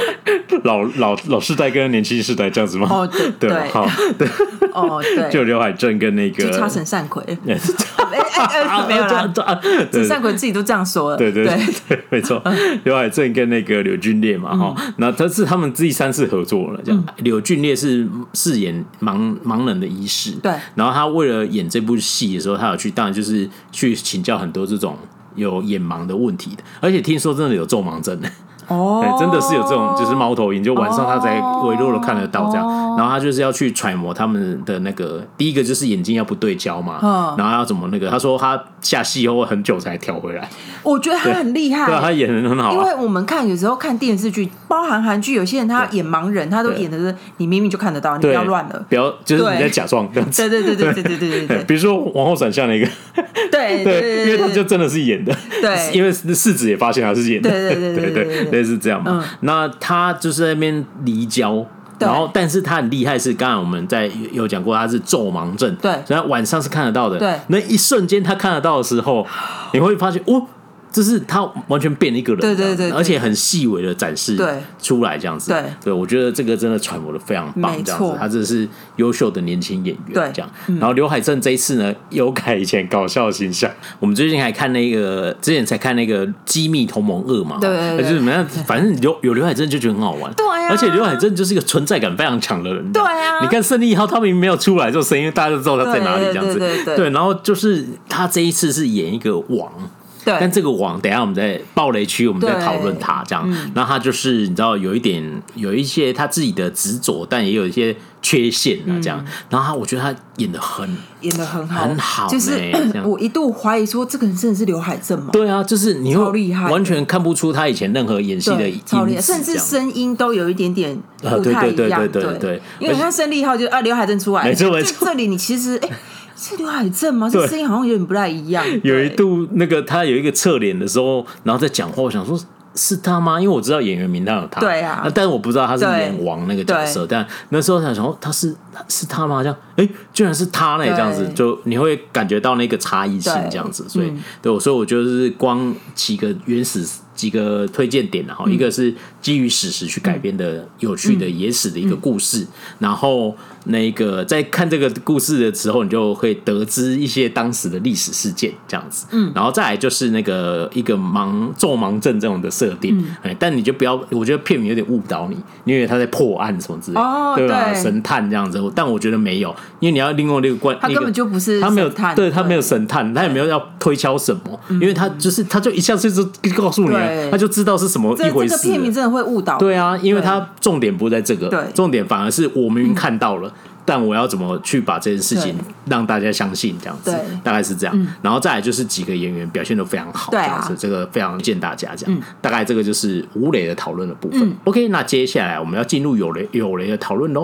老世代跟年轻世代这样子吗？ 哦，对， 好，对， 哦，对， 就刘海镇跟那个就差陈善奎，没有啦，陈善奎自己都这样说了， 对，没错，刘海镇跟那个柳俊烈嘛，哈，那这是他们第3次合作了，这样。柳俊烈是饰演盲人的医师， 对， 然后他为了演这部戏的时候，他有去，当然就是去请教很多这种有眼盲的问题的，而且听说真的有咒盲症的。真的是有这种，就是猫头鹰，就晚上他才微弱的看得到这样，然后他就是要去揣摩他们的那个，第一个就是眼睛要不对焦嘛，然后要怎么那个，他说他下戏后很久才调回来， 我觉得他很厉害， 对，他演得很好， 因为我们有时候看电视剧，包含韩剧，有些人他演盲人，他都演的是你明明就看得到，你不要乱了， 不要就是你在假装这样子， 对， 比如说往后闪向那个，对，因为他就真的是演的， 对， 因为世子也发现他是演的， 对， 是这样嘛？那他就是在那边离焦，然后但是他很厉害，是刚才我们有讲过，他是咒盲症， 对， 所以他晚上是看得到的， 对， 那一瞬间他看得到的时候，你会发现哦。就是他完全变了一个人，对，而且很细微的展示出来这样子，对，我觉得这个真的揣摩的非常棒，这样子，他真的是优秀的年轻演员，这样。然后刘海镇这一次呢，有改以前搞笑的形象。我们最近还看之前才看那个《机密同盟2》嘛， 对， 就是怎么样，反正有刘海镇就觉得很好玩， 对啊， 而且刘海镇就是一个存在感非常强的人， 对啊。 你看胜利号，他明明没有出来，这声音大家就知道他在哪里，这样子，对。然后就是他这一次是演一个王。但这个网等一下我们在爆雷区我们在讨论他这样，然后他就是你知道有一些他自己的执着，但也有一些缺陷啊这样，然后我觉得他演得很好， 就是我一度怀疑说这个人真的是刘海镇吗？ 对啊，就是你会完全看不出他以前任何演戏的影子， 甚至声音都有一点点不太一样， 对， 因为他胜利号就刘海镇出来， 没错， 这里你其实是刘海镇吗？这声音好像有点不太一样。 有一度那个他有一个侧脸的时候，然后在讲话，我想说是他吗？因为我知道演员名单有他， 对啊， 但是我不知道他是演王那个角色。但那时候想说他是他吗？这样，居然是他呢！这样子就你会感觉到那个差异性这样子。所以所以我觉得是光几个推荐点，然后一个是基于史实去改编的有趣的野史的一个故事，然后那个在看这个故事的时候，你就会得知一些当时的历史事件这样子，然后再来就是那个一个咒盲症这种的设定，但你就不要，我觉得片名有点误导你，因为他在破案什么之类的，对吧？神探这样子，但我觉得没有，因为你要另外那个他根本就不是他没有神探， 对他没有神探，他也没有要推敲什么，因为他就一下子就告诉你了。他就知道是什么一回事。 这个片名真的会误导。 对啊，因为他重点不在这个，重点反而是我明明看到了，但我要怎么去把这件事情让大家相信，这样子，大概是这样。然后再来就是几个演员表现都非常好，这样子，这个非常推荐大家这样。大概这个就是无雷的讨论的部分。OK， 那接下来我们要进入有雷的讨论喽。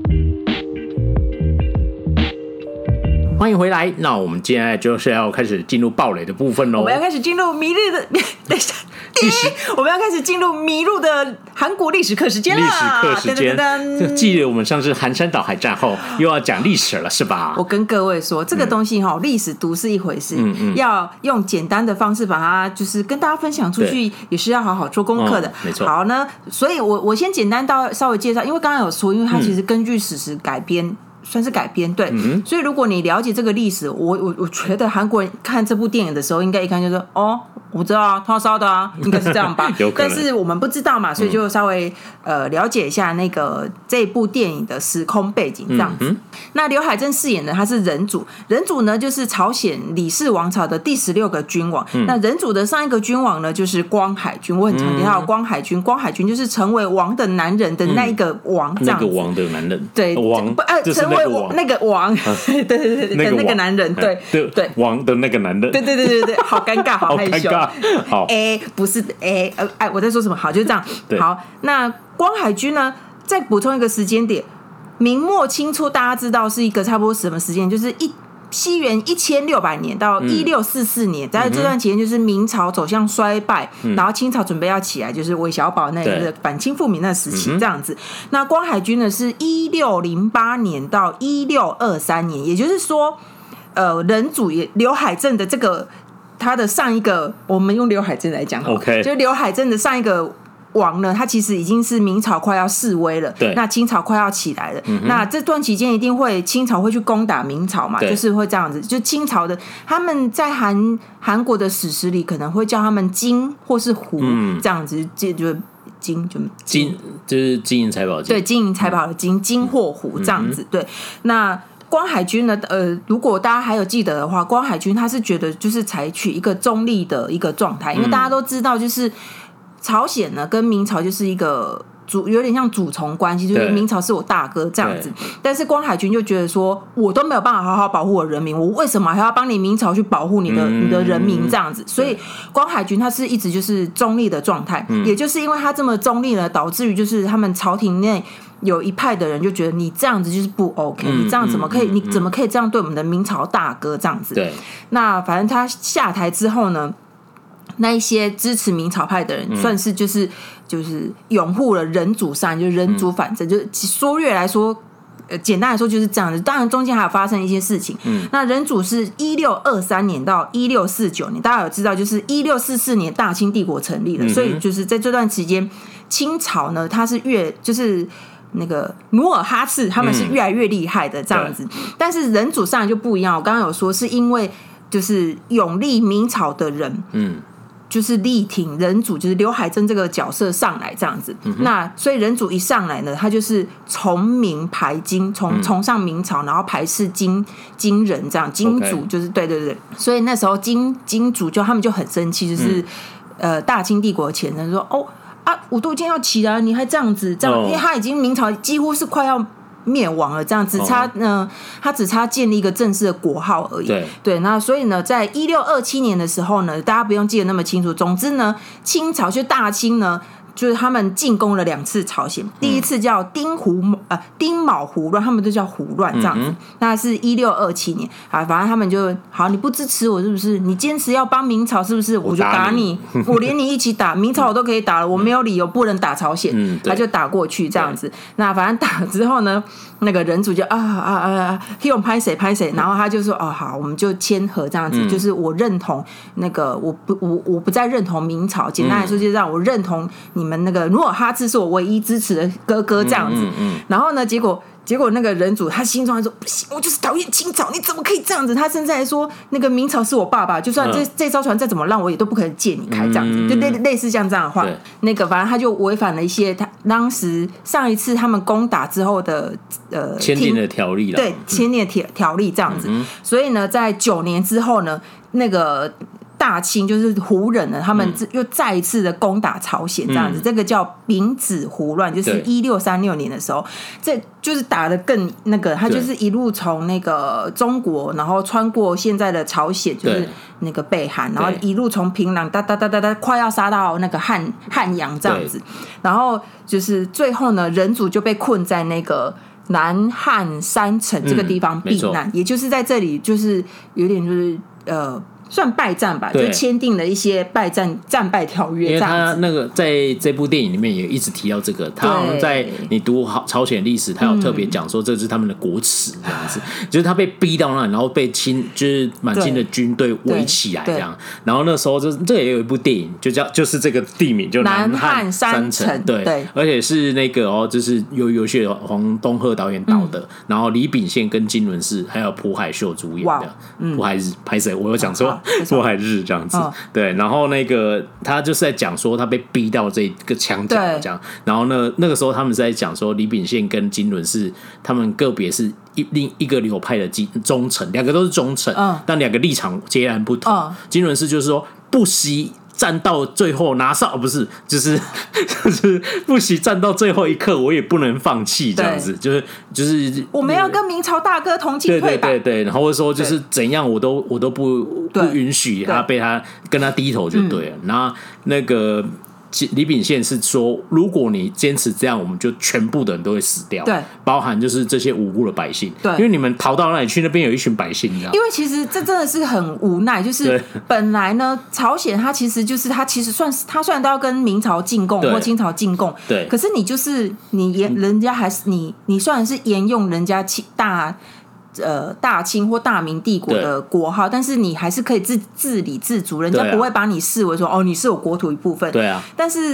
欢迎回来，那我们接下来就是要开始进入爆雷的部分喽。 我们要开始进入迷日的，等一下，我们要开始进入迷入的韩国历史课时间了。 历史课时间，记得我们上次韩山岛海战后又要讲历史了，是吧？ 我跟各位说，这个东西历史读是一回事，要用简单的方式把它就是跟大家分享出去，也是要好好做功课的。 没错。 好呢，所以我先简单稍微介绍，因为刚刚有说，因为它其实根据史实改编。算是改编，对，所以如果你了解这个历史，我觉得韩国人看这部电影的时候，应该一看就说，我知道啊，他烧的啊，应该是这样吧。但是我们不知道嘛，所以就稍微了解一下那个这部电影的时空背景这样子。那刘海镇饰演的他是仁祖，仁祖呢就是朝鲜李氏王朝的第16个君王。那仁祖的上一个君王呢就是光海君，我很常提到光海君，光海君就是成为王的男人的那一个王，这样子。 那个王的男人， 对， 王成为那个王，对，那个男人，对， 王的那个男人， 对，好尴尬，好害羞。 好， 不是，我在说什么？好，就是这样。好，那光海君呢？再补充一个时间点，明末清初，大家知道是一个差不多什么时间？就是西元1600年到1644年，在这段期间就是明朝走向衰败，然后清朝准备要起来，就是韦小宝那个反清复明那时期这样子。那光海君呢是1608年到1623年，也就是说，仁祖刘海镇的这个他的上一个，我们用刘海镇来讲， OK， 就是刘海镇的上一个王呢，他其实已经是明朝快要式微了， 对， 那清朝快要起来了，那这段期间一定会清朝会去攻打明朝嘛，就是会这样子。就清朝的他们在韩国的史实里可能会叫他们金或是胡，这样子就金就是金银财宝金， 对，金银财宝的金或胡这样子，对，那。光海军呢？如果大家还有记得的话，光海军他是觉得就是采取一个中立的一个状态，因为大家都知道，就是朝鲜呢跟明朝就是一个有点像主从关系，就是明朝是我大哥这样子。但是光海军就觉得说，我都没有办法好好保护我人民，我为什么还要帮你明朝去保护你的人民这样子？所以光海军他是一直就是中立的状态，也就是因为他这么中立了，导致于就是他们朝廷内。有一派的人就觉得你这样子就是不 OK，你这样怎么可以？你怎么可以这样对我们的明朝大哥这样子？ 对。 那反正他下台之后呢，那一些支持明朝派的人，算是就是拥护了人主善，就是人主反正，就是缩略来说。简单来说就是这样子，当然中间还有发生一些事情。那人主是1623年到1649年，大家有知道，就是1644年大清帝国成立了，所以就是在这段期间，清朝呢，它是就是那个努尔哈赤他们是越来越厉害的这样子。但是人主上来就不一样，我刚刚有说是因为就是永历明朝的人，就是力挺仁祖，就是刘海珍这个角色上来这样子。那所以仁祖一上来呢，他就是崇明排金，崇尚明朝，然后排斥金人这样，金主就是对。所以那时候金主他们就很生气，就是大清帝国的前身说我都已经要起来了，你还这样子，因为他已经明朝几乎是快要灭亡了，这样只差他只差建立一个正式的国号而已。对，那所以呢，在1627年的时候呢，大家不用记得那么清楚。总之呢，清朝就大清呢，就是他们进攻了2次朝鲜，第一次叫丁卯胡乱，他们都叫胡乱这样子。那是1627年啊，反正他们就好，你不支持我是不是？你坚持要帮明朝是不是？我就打你，我连你一起打，明朝我都可以打了，我没有理由不能打朝鲜。他就打过去这样子。那反正打了之后呢，那个人主就用拍谁，然后他就说好，我们就签和这样子，就是我认同那个我不再认同明朝，简单来说就是让我认同你们那个努尔哈赤是我唯一支持的哥哥这样子。然后呢，结果那个人主他心中还说不行，我就是讨厌清朝，你怎么可以这样子？他甚至还说那个明朝是我爸爸，就算这艘船再怎么浪，我也都不可能借你开这样子，就类似像这样的话。那个反正他就违反了一些他当时上一次他们攻打之后的签订的条例了， 对，签订的条例这样子。所以呢，在9年之后呢，那个大清就是胡人呢，他们又再一次的攻打朝鲜这样子，这个叫丙子胡乱，就是1636年的时候，这就是打得更那个，他就是一路从那个中国，然后穿过现在的朝鲜，就是那个北韩，然后一路从平壤哒，快要杀到那个汉阳这样子，然后就是最后呢，仁祖就被困在那个南汉山城这个地方避难，也就是在这里，就是有点就是算败战吧，就签订了一些战败条约。因为他那个在这部电影里面也一直提到这个，他好像在你读朝鲜历史，他有特别讲说这是他们的国耻这样子，就是他被逼到那里，然后被就是满清的军队围起来这样，然后那时候这也有一部电影，就是这个地名就南汉山城，对，而且是那个就是有些黄东赫导演导的，然后李秉宪跟金伦士还有朴海秀主演的，朴海日拍谁？我有讲错。迫害日这样子，对，然后那个他就是在讲说他被逼到这个墙角这样，然后呢那个时候他们是在讲说李秉宪跟金伦是他们个别是另一个流派的忠臣，两个都是忠臣，但两个立场截然不同。金伦是就是说不惜战到最后拿上，不是，就是不惜战到最后一刻，我也不能放弃这样子，就是我们要跟明朝大哥同进退吧。 对，然后或者说就是怎样我都不允许他跟他低头就对了。然后那个李秉宪是说，如果你坚持这样，我们就全部的人都会死掉，对，包含就是这些无辜的百姓，对，因为你们逃到那里去，那边有一群百姓，因为其实这真的是很无奈，就是本来呢，朝鲜它其实虽然都要跟明朝进贡或清朝进贡，对，可是你就是人家还是你虽然是沿用人家大清或大明帝国的国号，但是你还是可以自理自足，人家不会把你视为说你是我国土一部分。对啊，但是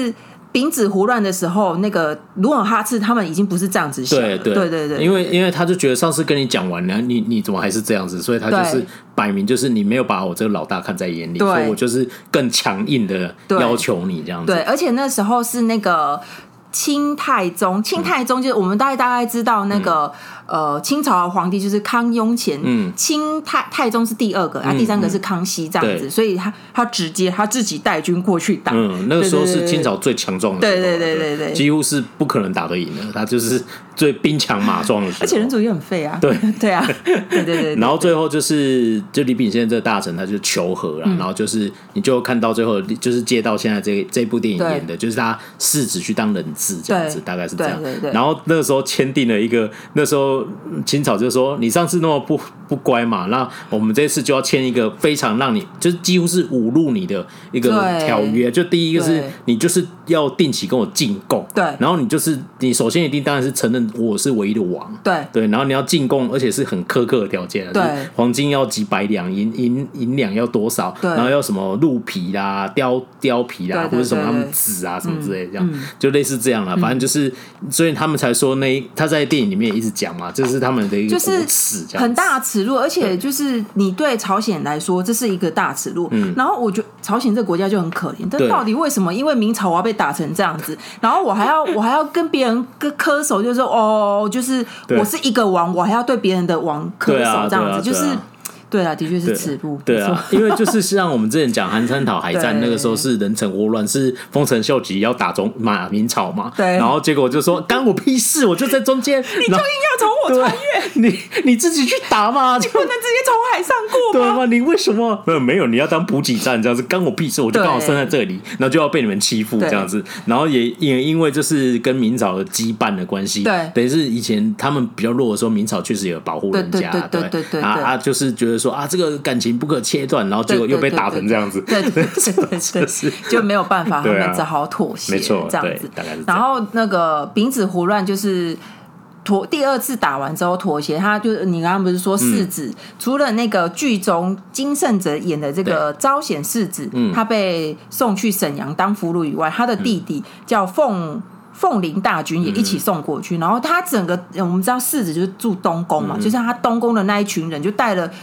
丙子胡乱的时候，那个卢尔哈赤他们已经不是这样子想了，对， 因为他就觉得上次跟你讲完了，你怎么还是这样子？所以他就是摆明就是你没有把我这个老大看在眼里，所以我就是更强硬的要求你这样子。 对，而且那时候是那个清太宗就是我们大概知道那个。清朝的皇帝就是康雍乾，清太宗是第2个，第3个是康熙这样子，所以他直接他自己带军过去打， 那个时候是清朝最强壮的时候， 对， 几乎是不可能打得赢的，他就是最兵强马壮的时候， 而且人主也很废啊，对啊，对， 然后最后就李秉宪这个大臣他就求和了，然后就是你就看到最后就是接到现在这部电影演的，就是他世子去当人质这样子，大概是这样，对，然后那个时候签订了一个，那时候清朝就说你上次那么不乖嘛，那我们这次就要签一个非常让你就是几乎是侮辱你的一个条约，就第一个是你就是要定期跟我进贡，对，然后你首先一定当然是承认我是唯一的王，对，然后你要进贡，而且是很苛刻的条件，对，就是黄金要几百两，银两要多少，然后要什么鹿皮啦、貂皮啦，或者什么他们纸啊什么之类的，这样就类似这样啦，反正就是所以他们才说他在电影里面也一直讲嘛，这是他们的一个国耻，这样很大的耻辱，而且就是你对朝鲜来说这是一个大耻辱，然后我觉得朝鲜这个国家就很可怜，但到底为什么？因为明朝我要被打成这样子，然后我还要跟别人恪守，就是说就是我是一个王，我还要对别人的王恪守这样子，就是。对啊，的确是耻辱。 对啊，因为就是像我们之前讲韩山讨海战那个时候是人臣倭乱，是丰臣秀吉要打明朝嘛，对，然后结果就说干我屁事，我就在中间， 你就硬要从我穿越， 你自己去打嘛， 你不能直接从海上过吗？ 对吗？你为什么没有？你要当补给站这样子，干我屁事，我就刚好生在这里，然后就要被你们欺负这样子，然后也因为就是跟明朝的羁绊的关系，对，等于是以前他们比较弱的时候，明朝确实有保护人家，对，就是觉得说这个感情不可切断，然后结果又被打成这样子， 对，就没有办法，他们只好妥协，没错，这样子。然后那个丙子胡乱就是第2次打完之后妥协，他就你刚刚不是说世子，除了那个剧中金圣哲演的这个招显世子，他被送去沈阳当俘虏以外，他的弟弟叫凤林大军也一起送过去，然后他整个我们知道世子就是住东宫嘛，就是他东宫的那一群人就带了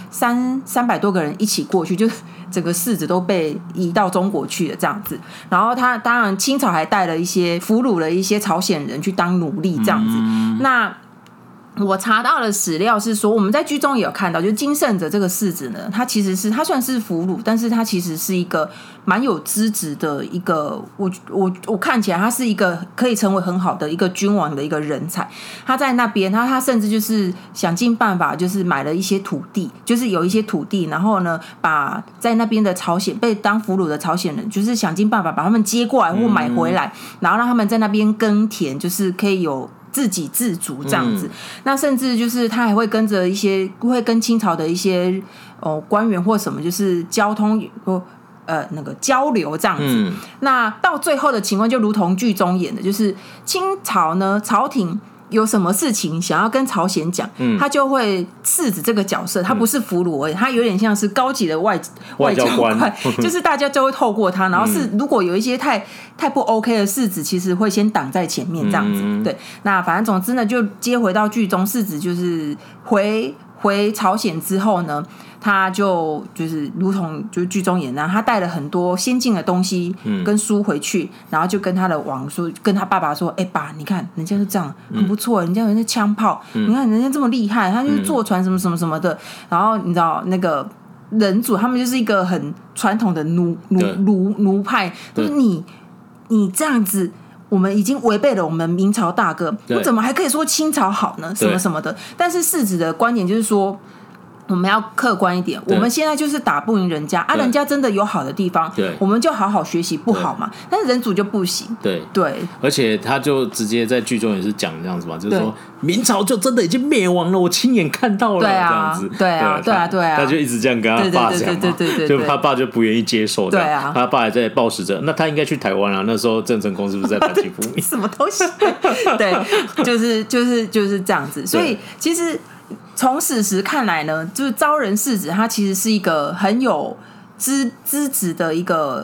300多个人一起过去，就是整个世子都被移到中国去了这样子。然后他当然清朝还带了一些俘虏了一些朝鲜人去当奴隶这样子。那我查到的史料是说，我们在剧中也有看到，就是金圣哲这个世子呢，他其实是他算是俘虏，但是他其实是一个蛮有资质的一个，我看起来他是一个可以成为很好的一个君王的一个人才。他在那边，他甚至就是想尽办法，就是买了一些土地，就是有一些土地，然后呢，把在那边的朝鲜被当俘虏的朝鲜人，就是想尽办法把他们接过来或买回来，然后让他们在那边耕田，就是可以有自给自足这样子。那甚至就是他还会跟着会跟清朝的一些官员或什么，就是交通那个交流这样子。那到最后的情况就如同剧中演的，就是清朝呢朝廷有什么事情想要跟朝鲜讲，他就会世子这个角色，他不是俘虏而已，他有点像是高级的外交官，就是大家就会透过他，然后如果有一些太不 OK 的世子，其实会先挡在前面这样子。对，那反正总之呢，就接回到剧中，世子就是回朝鲜之后呢，他就是如同就是剧中演的，他带了很多先进的东西跟书回去，然后就跟他的王说，跟他爸爸说：“爸，你看人家是这样，很不错，人家有那枪炮，你看人家这么厉害，他就是坐船什么什么什么的。”然后你知道那个人主他们就是一个很传统的奴派，就是你这样子。我们已经违背了我们明朝大哥，我怎么还可以说清朝好呢？什么什么的。但是世子的观点就是说，我们要客观一点，我们现在就是打不赢人家啊，人家真的有好的地方，我们就好好学习，不好嘛？但是人主就不行，对， 而且他就直接在剧中也是讲这样子嘛，就是说明朝就真的已经灭亡了，我亲眼看到了，这样子， 对啊， 他就一直这样跟他爸讲嘛，就他爸就不愿意接受，对啊，他爸还在抱持着，那他应该去台湾啊，那时候郑成功是不是在反清复明？ 什么东西？对，就是这样子，所以其实。从史实看来呢，就是昭仁世子他其实是一个很有资质的一个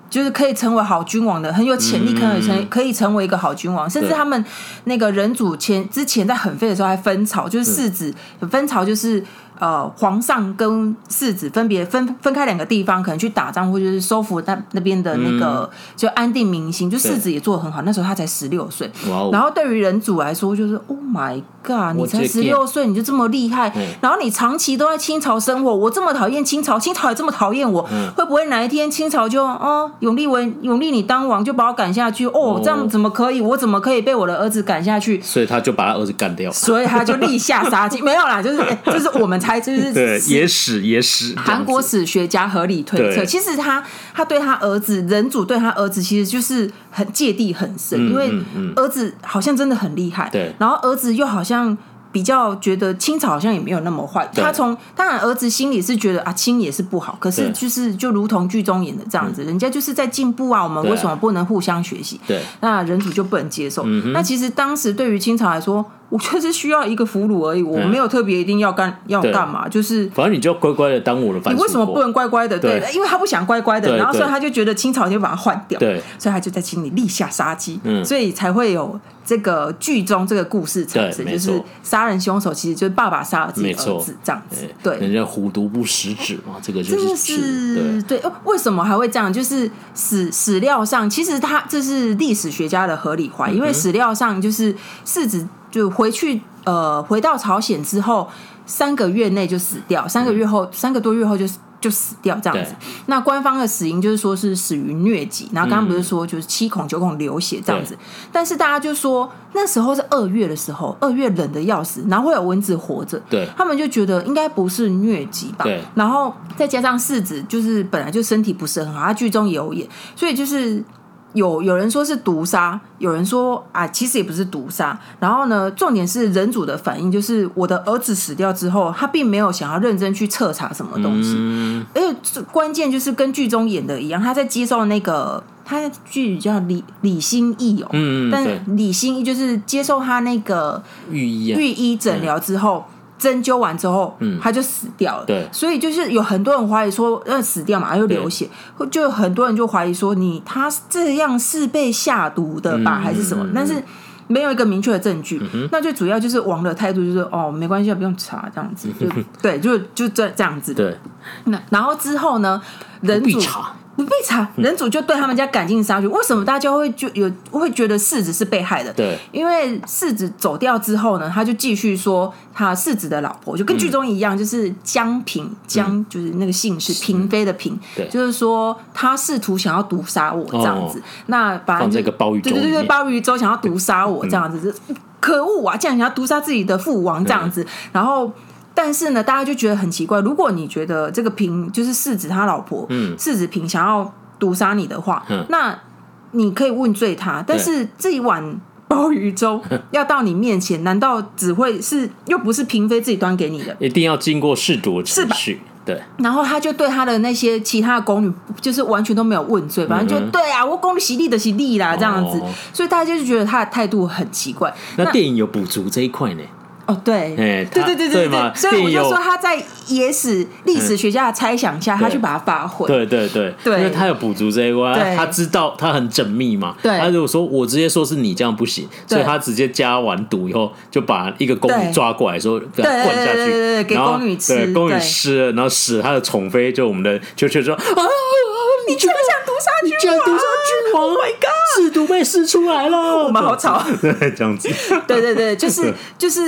就是可以成为好君王的，很有潜力可以成为一个好君王，甚至他们那个人主之前在很废的时候还分巢，就是世子分巢，就是皇上跟世子分别分开两个地方，可能去打仗或者是收服那边的那个就安定民心。就世子也做得很好，那时候他才16岁，然后对于人主来说就是 Oh my God， 你才16岁你就这么厉害，然后你长期都在清朝生活，我这么讨厌清朝，清朝也这么讨厌我，会不会哪一天清朝就永历你当王就把我赶下去？这样怎么可以？我怎么可以被我的儿子赶下去？ 所以他就把他儿子干掉， 所以他就立下杀机。没有啦，就是我们猜，就是对野史韩国史学家合理推测，其实他对他儿子人主对他儿子其实就是很芥蒂很深，因为儿子好像真的很厉害， 对， 然后儿子又好像比较觉得清朝好像也没有那么坏，当然儿子心里是觉得清也是不好，可是就如同剧中演的这样子，人家就是在进步啊，我们为什么不能互相学习？ 对， 那人主就不能接受。那其实当时对于清朝来说，我就是需要一个俘虏而已，我没有特别一定要干嘛，就是反正你就乖乖的当我的藩属。 你为什么不能乖乖的？对，因为他不想乖乖的，然后所以他就觉得清朝就把他换掉， 对， 所以他就在心里立下杀机，所以才会有这个剧中这个故事产生，就是杀人凶手其实就是爸爸杀了自己儿子这样子。对， 人家虎毒不食子嘛，这个就是对。为什么还会这样？就是史料上其实这是历史学家的合理怀疑，因为史料上就是世子就回到朝鲜之后3个月内就死掉，3个多月后就死掉这样子。那官方的死因就是说是死于疟疾，然后刚刚不是说就是7孔9孔流血这样子，但是大家就说那时候是2月的时候，2月冷的要死，然后会有蚊子活着， 对， 他们就觉得应该不是疟疾吧， 对， 然后再加上世子就是本来就身体不是很好，他剧中也有演，所以就是有人说是毒杀，有人说其实也不是毒杀。然后呢，重点是人主的反应，就是我的儿子死掉之后，他并没有想要认真去彻查什么东西，而且关键就是跟剧中演的一样，他在接受那个他剧叫李心义但是李心义就是接受他那个御医诊疗之后。针灸完之后，他就死掉了。 对， 所以就是有很多人怀疑说，死掉嘛，又流血，就有很多人就怀疑说，他这样是被下毒的吧，还是什么？但是没有一个明确的证据。那最主要就是王的态度就是没关系，不用查这样子，对，就这样子。 对， 然后之后呢，人主不被查，人主就对他们家赶尽杀绝。为什么大家会觉得世子是被害的？ 对， 因为世子走掉之后呢，他就继续说他世子的老婆，就跟剧中一样，就是江嫔，就是那个姓氏嫔妃的嫔，就是说他试图想要毒杀我这样子。那把放这个鲍鱼粥， 对，鲍鱼粥想要毒杀我这样子，可恶啊！竟然想要毒杀自己的父王这样子，然后。但是呢，大家就觉得很奇怪。如果你觉得这个嫔就是世子他老婆，世子嫔想要毒杀你的话，那你可以问罪他。但是这一碗鲍鱼粥要到你面前，难道又不是嫔妃自己端给你的？ 一定要经过试毒的程序。对， 然后他就对他的那些其他的宫女，就是完全都没有问罪，反正就对啊，我宫女洗地的洗地啦这样子，所以大家就觉得他的态度很奇怪。 那电影有补足这一块呢？ 对，对，所以我就说他在历史学家的猜想下，他去把它发挥。 对，因为他有补足这一块，他知道他很缜密嘛。他如果说我直接说是你这样不行，所以他直接加完毒以后，就把一个宫女抓过来说给他灌下去， 对，给宫女吃， 对，宫女吃了，然后使他的宠妃就我们的就说你居然想毒杀君王！你居然毒杀君王 ！Oh my god！ 试毒被试出来了， 我们好吵。 对，这样子。 对，就是，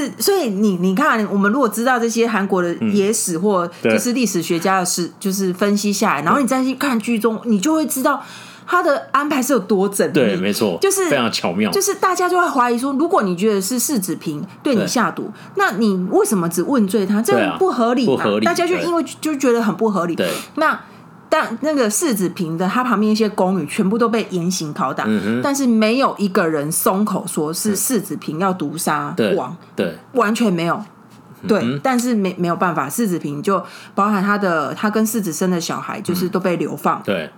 所以你看，我们如果知道这些韩国的野史或就是历史学家的事，就是分析下来，然后你再去看剧中，你就会知道他的安排是有多缜密。 对，没错， 就是非常巧妙。 就是大家就会怀疑说，如果你觉得是世子嫔对你下毒，那你为什么只问罪他？这不合理嘛？不合理。大家就因为就觉得很不合理。 对， 但那个世子嫔的他旁边一些宫女全部都被严刑拷打，但是没有一个人松口说是世子嫔要毒杀王， 对， 完全没有。对，但是没有办法，世子嫔就包含他跟世子生的小孩，就是都被流放。 对。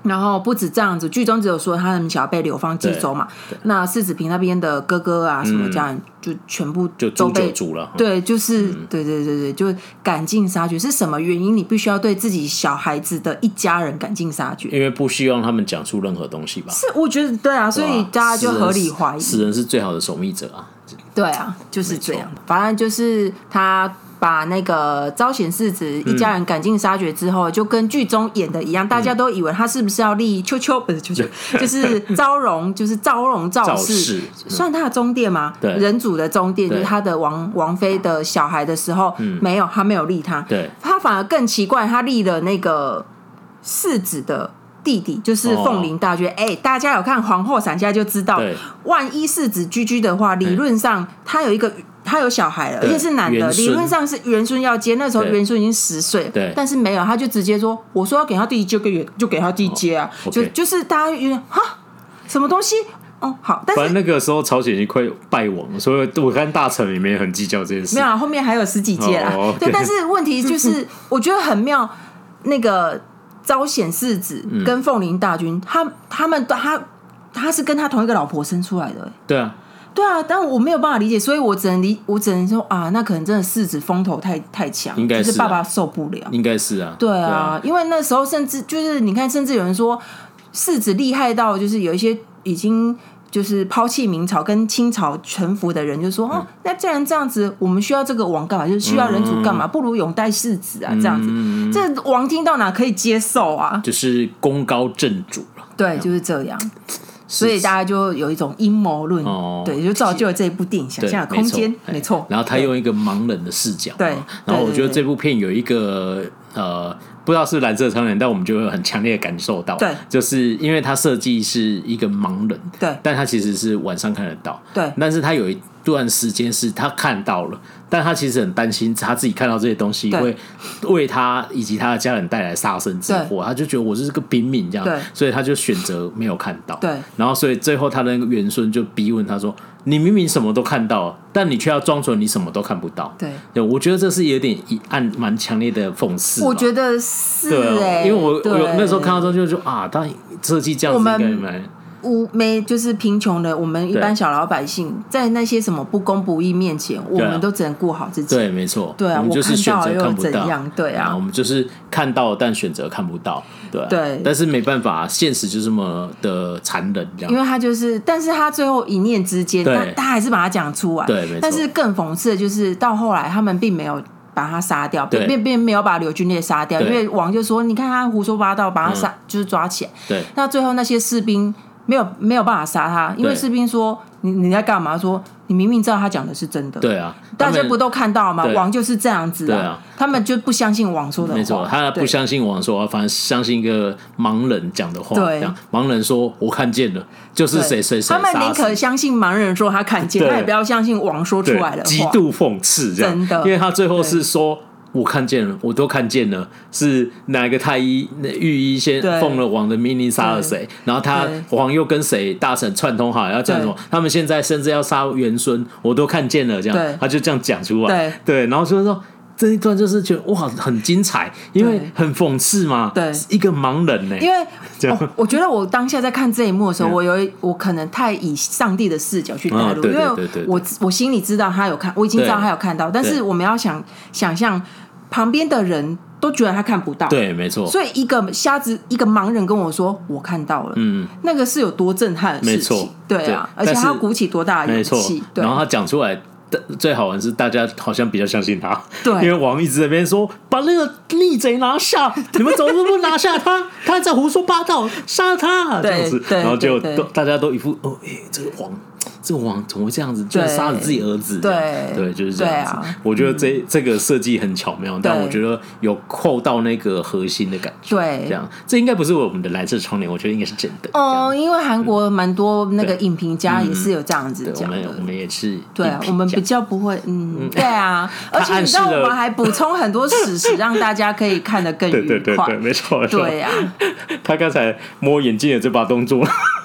然后不止这样子，剧中只有说他们想要被流放济州嘛，那世子平那边的哥哥啊什么家人就全部都被诛了， 对，就是对，就赶尽杀绝。是什么原因？你必须要对自己小孩子的一家人赶尽杀绝？ 因为不希望他们讲出任何东西吧？ 是，我觉得对啊，所以大家就合理怀疑， 死人是最好的守密者啊。 对啊，就是这样。反正就是他把那个招显世子一家人赶尽杀绝之后，就跟剧中演的一样，大家都以为他是不是要立秋秋，不是秋秋，就是昭容，就是昭容赵氏，算他的宗殿吗？ 对， 人主的宗殿，就是他的王妃的小孩的时候，没有，他没有立他， 对， 他反而更奇怪，他立了那个世子的弟弟，就是凤麟大军。大家有看皇后伞下就知道，万一世子居居的话，理论上他有小孩了，而且是男的，理论上是元孙要接。那时候元孙已经10岁了，但是没有，他就直接说：“我说要给他弟弟就给他弟接啊。”就是大家有点哈什么东西哦，好，但是反正那个时候朝鲜已经快败亡了，所以我看大臣里面也很计较这件事。 没有啊，后面还有10几届啦。对，但是问题就是我觉得很妙，那个招显世子跟凤麟大军，他是跟他同一个老婆生出来的。 对啊。 对啊，但我没有办法理解，所以我只能说啊，那可能真的世子风头太强， 应该是就是爸爸受不了， 应该是啊， 对啊，因为那时候甚至就是你看，甚至有人说世子厉害到就是有一些已经就是抛弃明朝跟清朝臣服的人，就说那既然这样子，我们需要这个王干嘛？就是需要人主干嘛？不如拥戴世子啊，这样子，这王听到哪可以接受啊？ 就是功高震主了， 对，就是这样。所以大家就有一种阴谋论，对，就造就了这一部电影想象的空间，没错。 然后他用一个盲人的视角，对。然后我觉得这部片有一个不知道是蓝色超人，但我们就会很强烈的感受到，对，就是因为他设计是一个盲人，对，但他其实是晚上看得到，对，但是他有一段时间是他看到了，但他其实很担心他自己看到这些东西会为他以及他的家人带来杀身之祸，他就觉得我是个平民这样，所以他就选择没有看到，对，然后所以最后他的元孙就逼问他说：“你明明什么都看到，但你却要装作你什么都看不到。”对，我觉得这是有点蛮强烈的讽刺。 我觉得是， 因为我那时候看到之后就说啊，他设计这样子应该就是贫穷的我们一般小老百姓，在那些什么不公不义面前，我们都只能顾好自己。 对，没错。 对啊， 我们就是选择看不到， 怎样？对啊， 我们就是看到，但选择看不到。对，但是没办法，现实就这么的残忍，这样。因为他就是，但是他最后一念之间，他还是把它讲出来。对，没错。但是更讽刺的就是，到后来他们并没有把他杀掉，并没有把刘军烈杀掉，因为王就说：“你看他胡说八道，把他杀，就是抓起来。”对。那最后那些士兵没有办法杀他，因为士兵说你在干嘛？说你明明知道他讲的是真的。对啊，大家不都看到吗？王就是这样子啊，他们就不相信王说的话。 没错，他不相信王说的话，反而相信一个盲人讲的话。对，盲人说我看见了，就是谁谁谁。 他们宁可相信盲人说他看见，他也不要相信王说出来的话。 极度讽刺，这样真的，因为他最后是说。我看见了，我都看见了，是哪个太医御医先奉了王的命令杀了谁，然后王又跟谁大臣串通好要讲什么，他们现在甚至要杀元孙，我都看见了，这样他就这样讲出来，对，然后所以说这一段就是觉得哇很精彩，因为很讽刺嘛，对，一个盲人呢， 因为我觉得我当下在看这一幕的时候，我可能太以上帝的视角去带入，因为我心里知道他有看，我已经知道他有看到，但是我们要想象。旁边的人都觉得他看不到， 对，没错。 所以一个瞎子，一个盲人跟我说我看到了，那个是有多震撼的事情，没错，对啊，而且他鼓起多大的勇气， 然后他讲出来。最好玩是大家好像比较相信他，对，因为王一直在那边说把那个逆贼拿下，你们怎么不拿下他？他在胡说八道，杀他这样子，然后就大家都一副这个王怎么会这样子，居然杀了自己儿子？对，就是这样子。我觉得这个设计很巧妙，但我觉得有扣到那个核心的感觉。对，这样这应该不是我们的蓝色窗帘，我觉得应该是真的。 因为韩国蛮多那个影评家也是有这样子讲的， 我们也是， 对啊，我们比较不会，对啊，而且你知道我们还补充很多史实，让大家可以看得更愉快。 对，没错， 对啊。 他刚才摸眼镜的这把动作。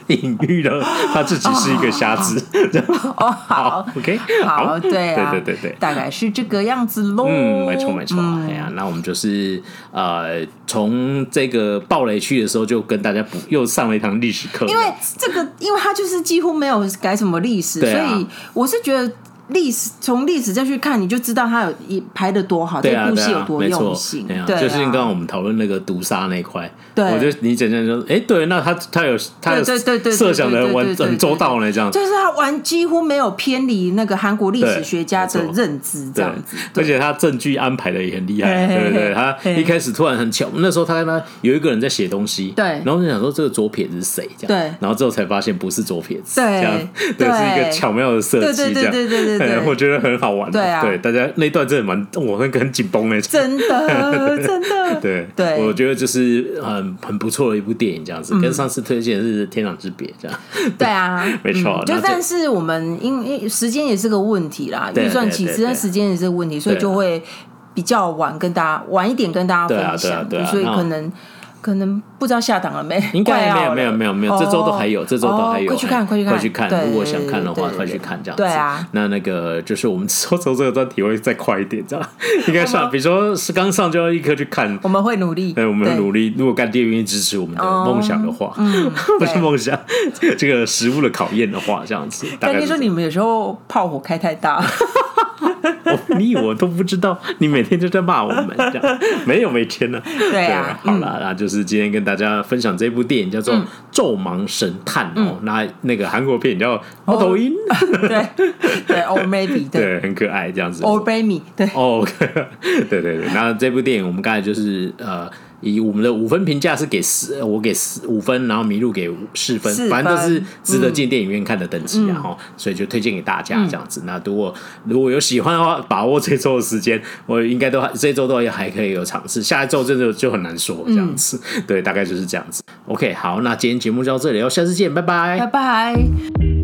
隐喻了他自己是一个瞎子。 哦，好 ，OK， 好，对啊， 对， 大概是这个样子咯。 没错。哎呀，那我们就是从这个暴雷区的时候就跟大家又上了一堂历史课，因为他就是几乎没有改什么历史，所以我是觉得。从历史再去看，你就知道他有排的多好，这部戏有多用心。 对，就是刚刚我们讨论那个毒杀那一块，我就你整天说，对，那他有设想的很周到呢，这样就是他几乎没有偏离那个韩国历史学家的认知，这样子。 而且他证据安排的也很厉害，对不对？他一开始突然很巧，那时候他有一个人在写东西， 对， 然后就想说这个左撇子是谁，这样，对，然后之后才发现不是左撇子，这样，对，是一个巧妙的设计，这样，对。我觉得很好玩，对啊，对大家那段真的我很紧绷哎， 真的， 对，我觉得就是很不错的一部电影，这样子，跟上次推荐的是《天壤之别》这样， 对啊， 没错。 但是我们因为时间也是个问题啦，预算其实时间也是个问题，所以就会比较晚一点跟大家分享，所以可能不知道下档了没？ 应该没有，这周都还有， 快去看！ 如果想看的话，快去看这样子。 对啊， 那个就是我们之后走这个专题会再快一点，这样应该上，比如说是刚上就要立刻去看， 我们会努力。 对，我们会努力。如果干爹愿意支持我们的梦想的话，不是梦想，这个食物的考验的话，这样子。 干爹说你们有时候炮火开太大。 你我都不知道，你每天就在骂我们，这样没有每天呢。 对啊， 好了，那就是今天跟大家分享这部电影叫做《咒盲神探》哦，那个韩国片叫《猫头鹰》， 对 ，Old Baby， 对，很可爱这样子 ，Old Baby， 对， 对，那这部电影我们刚才就是以我们的5分评价是我给5分，然后麋鹿给4分，反正都是值得进电影院看的等级啊，所以就推荐给大家这样子。那如果有喜欢的话，把握这周的时间，我应该这周都还可以有尝试，下一周真的就很难说这样子。对，大概就是这样子。OK， 好，那今天节目就到这里哦，下次见，拜拜， 拜拜。